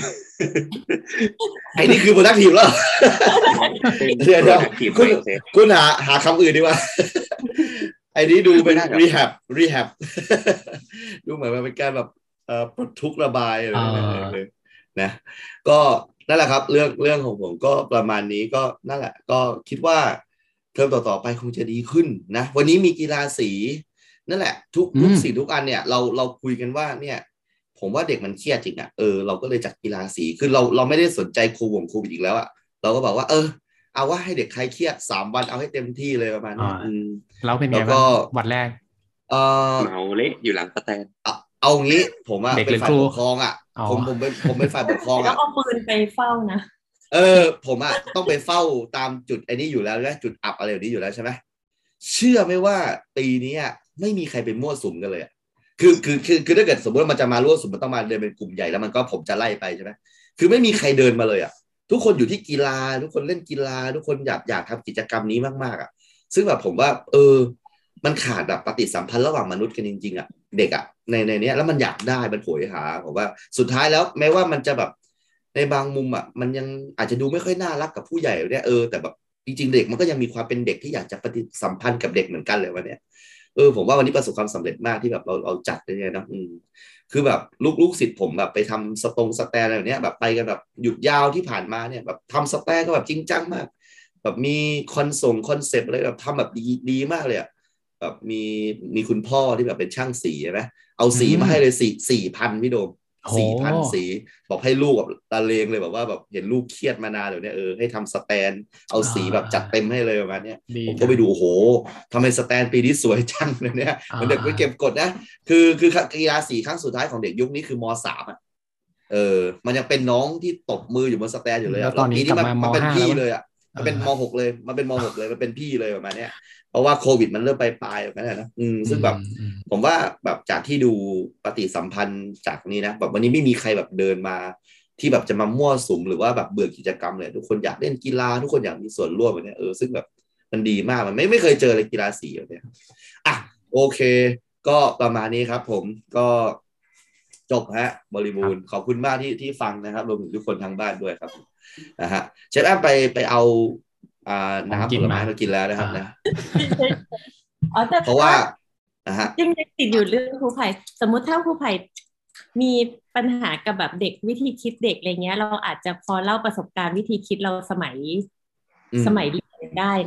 ไอ้นี่คือ productive แล้วเดี๋ยวเดี๋ยวคุณคุณหาหาคำอื่นดีกว่าไอ้นี้ดูเป็น rehab rehab ดูเหมือนมันเป็นการแบบเอ่อปลดทุกข์ระบายอะไรเลยนะก็นั่นแหละครับเรื่องเรื่องของผมก็ประมาณนี้ก็นั่นแหละก็คิดว่าเทอมต่อๆไปคงจะดีขึ้นนะวันนี้มีกีฬาสีนั่นแหละทุกทุกสิ่งทุกอันเนี่ยเราเราคุยกันว่าเนี่ยผมว่าเด็กมันเครียดจริงอ่ะเออเราก็เลยจัดกีฬาสีคือเราเราไม่ได้สนใจโควิดโควิดอีกแล้วอ่ะเราก็บอกว่าเออเอาว่าให้เด็กใครเครียดสามวันเอาให้เต็มที่เลยประมาณนี้แล้วเป็นไงบ้างวันแรกเออเมาเละอยู่หลังสแตนเอาเอางี้ผมอ่ะเป็นฝ่ายปกครองอ่ะผมผมเป็นผมเป็นฝ่ายปกครองอ่ะต้องเอาปืนไปเฝ้านะเออผมอ่ะต้องไปเฝ้าตามจุดไอ้นี้อยู่แล้วนะจุดอับอะไรแบบนี้อยู่แล้วใช่ไหมเชื่อไหมว่าปีนี้ไม่มีใครไปมั่วสุมกันเลยคือคือคือคือถ้าเกิดสมมติว่ามันจะมาร่วมสุมมันต้องมาเดินเป็นกลุ่มใหญ่แล้วมันก็ผมจะไล่ไปใช่ไหมคือไม่มีใครเดินมาเลยอ่ะทุกคนอยู่ที่กีฬาทุกคนเล่นกีฬาทุกคนอยากอยากทำกิจกรรมนี้มากๆอ่ะซึ่งแบบผมว่าเออมันขาดแบบปฏิสัมพันธ์ระหว่างมนุษย์กันจริงๆอ่ะเด็กอ่ะในในนี้แล้วมันอยากได้มันโหยหาผมว่าสุดท้ายแล้วแม้ว่ามันจะแบบในบางมุมอ่ะมันยังอาจจะดูไม่ค่อยน่ารักกับผู้ใหญ่เนี่ยเออแต่แบบจริงๆเด็กมันก็ยังมีความเป็นเด็กที่อยากจะปฏิสัมพันธ์กับเด็กเหมือนกันเลยวันนี้เออผมว่าวันนี้ประสบความสำเร็จมากที่แบบเราเราจัดได้เนี่ยนะอืมคือแบบลูกๆศิษย์ผมแบบไปทำสตงสแตนอะไรแบบเนี้ยแบบไปกันแบบหยุดยาวที่ผ่านมาเนี่ยแบบทำสแตนก็แบบจริงจังมากแบบมีคอนส่งคอนเซปต์อะไรแบบทำแบบดีดีมากเลยอ่ะแบบมีมีคุณพ่อที่แบบเป็นช่างสีใช่ไหมเอาสีมาให้เลยสี่สี่พันพี่โดมสี่พันสีบอกให้ลูกแบบละเลงเลยแบบว่าแบบเห็นลูกเครียดมานานเดี๋ยวนี้เออให้ทำสแตนเอาสีแบบจัดเต็มให้เลยประมาณนี้ผมก็ไปดูโอ้โหทำไมสแตนปีนี้สวยจังเลยเนี่ยมันเด็กไปเก็บกดนะคือคือกีฬาสีครั้งสุดท้ายของเด็กยุคนี้คือม.สาม อ่ะเออมันยังเป็นน้องที่ตบมืออยู่บนสแตนอยู่เลยแล้วปีนี้มันมันเป็นพี่เลยอ่ะมันเป็นม.หก เลยมันเป็นม.หก เลยมันเป็นพี่เลยประมาณนี้เพราะว่าโควิดมันเริ่มไปปลายแบบนั้นนะอืมซึ่งแบบผมว่าแบบจากที่ดูปฏิสัมพันธ์จากนี้นะแบบวันนี้ไม่มีใครแบบเดินมาที่แบบจะมามั่วสุมหรือว่าแบบเบื่อกิจกรรมเลยทุกคนอยากเล่นกีฬาทุกคนอยากมีส่วนร่วมแบบนี้เออซึ่งแบบมันดีมากมันไม่ไม่เคยเจอเลยกีฬาสีแบบนี้อ่ะโอเคก็ประมาณนี้ครับผมก็จบฮะบริบูรณ์ขอบคุณมากที่ที่ฟังนะครับรวมถึงทุกคนทางบ้านด้วยครับนะฮะเชฟแอมไปไปเอาอ่าน้ำผลไม้มากินแล้วนะครับนะเพราะว่ายังยังติดอยู่เรื่องครูไผ่สมมุติถ้าครูไผ่มีปัญหากับแบบเด็กวิธีคิดเด็กอะไรเงี้ยเราอาจจะพอเล่าประสบการณ์วิธีคิดเราสมัยสมัยเรียนได้นะ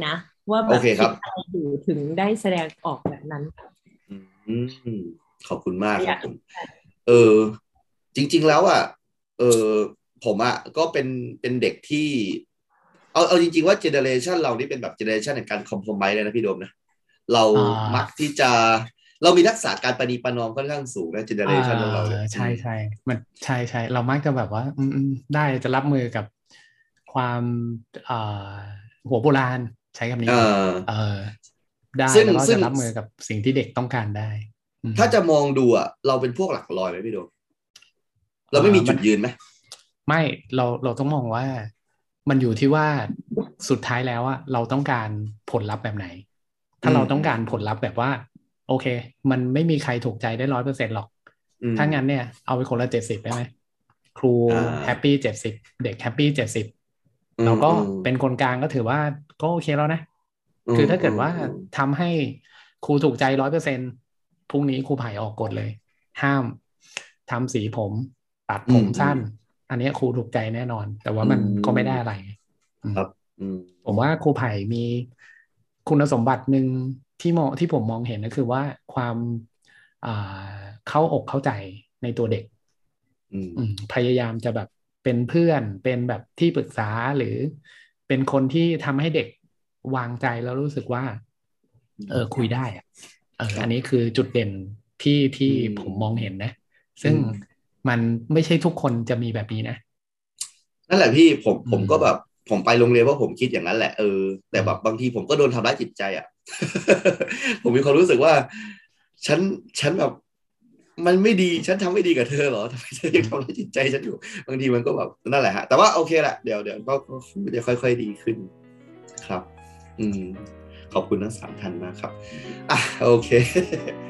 ว่าแบบคิดอะไรอยู่ถึงได้แสดงออกแบบนั้นอืมขอบคุณมากครับผมเออจริงๆแล้วอ่ะเออผมอ่ะก็เป็นเป็นเด็กที่เอาเอาจริงๆว่าเจเนอเรชันเรานี่เป็นแบบเจเนอเรชันในการคอมโพรไมซ์เลยนะพี่โดมนะเรามักที่จะเรามีทักษะการประนีประนอมค่อนข้างสูงนะเจเนอเรชันของเราเลยใช่ใช่มันใช่ใช่เรามักจะแบบว่าอืมได้จะรับมือกับความหัวโบราณใช้คำนี้เออได้แล้วก็จะรับมือกับสิ่งที่เด็กต้องการได้ถ้าจะมองดูอ่ะเราเป็นพวกหลักร้อยไหมพี่โดมเราไม่มีจุดยืนไหมไม่เราเราต้องมองว่ามันอยู่ที่ว่าสุดท้ายแล้วอะเราต้องการผลลัพธ์แบบไหนถ้าเราต้องการผลลัพธ์แบบว่าโอเคมันไม่มีใครถูกใจได้ร้อยเปอร์เซ็นต์หรอกถ้างั้นเนี่ยเอาไปคนละเจ็ดสิบได้ไหมครูแฮปปี้เจ็ดสิบเด็กแฮปปี้เจ็ดสิบเราก็เป็นคนกลางก็ถือว่าก็โอเคแล้วนะคือถ้าเกิดว่าทำให้ครูถูกใจร้อยเปอร์เซ็นต์พรุ่งนี้ครูไผ่ออกกฎเลยห้ามทำสีผมตัดผมสั้นอันนี้ครูถูกใจแน่นอนแต่ว่ามันก็ไม่ได้อะไรครับผมว่าครูไผ่มีคุณสมบัติหนึ่งที่มองที่ผมมองเห็นก็คือว่าความเข้าอกเข้าใจในตัวเด็กพยายามจะแบบเป็นเพื่อนเป็นแบบที่ปรึกษาหรือเป็นคนที่ทำให้เด็กวางใจแล้วรู้สึกว่าเออคุยได้อะเอออันนี้คือจุดเด่นที่ที่ผมมองเห็นนะซึ่งมันไม่ใช่ทุกคนจะมีแบบนี้นะนั่นแหละพี่ผมผมก็แบบผมไปโรงเรียนเพราะผมคิดอย่างนั้นแหละเออแต่แบบบางทีผมก็โดนทำร้ายจิตใจอ่ะ ผมมีความรู้สึกว่าฉันฉันแบบมันไม่ดีฉันทำไม่ดีกับเธอเหรอทำไมเธอยังทำร้ายจิตใจฉันอยู่บางทีมันก็แบบนั่นแหละฮะแต่ว่าโอเคแหละเดี๋ยวเดี๋ยวก็จะค่อยๆดีขึ้นครับอืมขอบคุณทั้งสามท่านมากครับอ่ะโอเค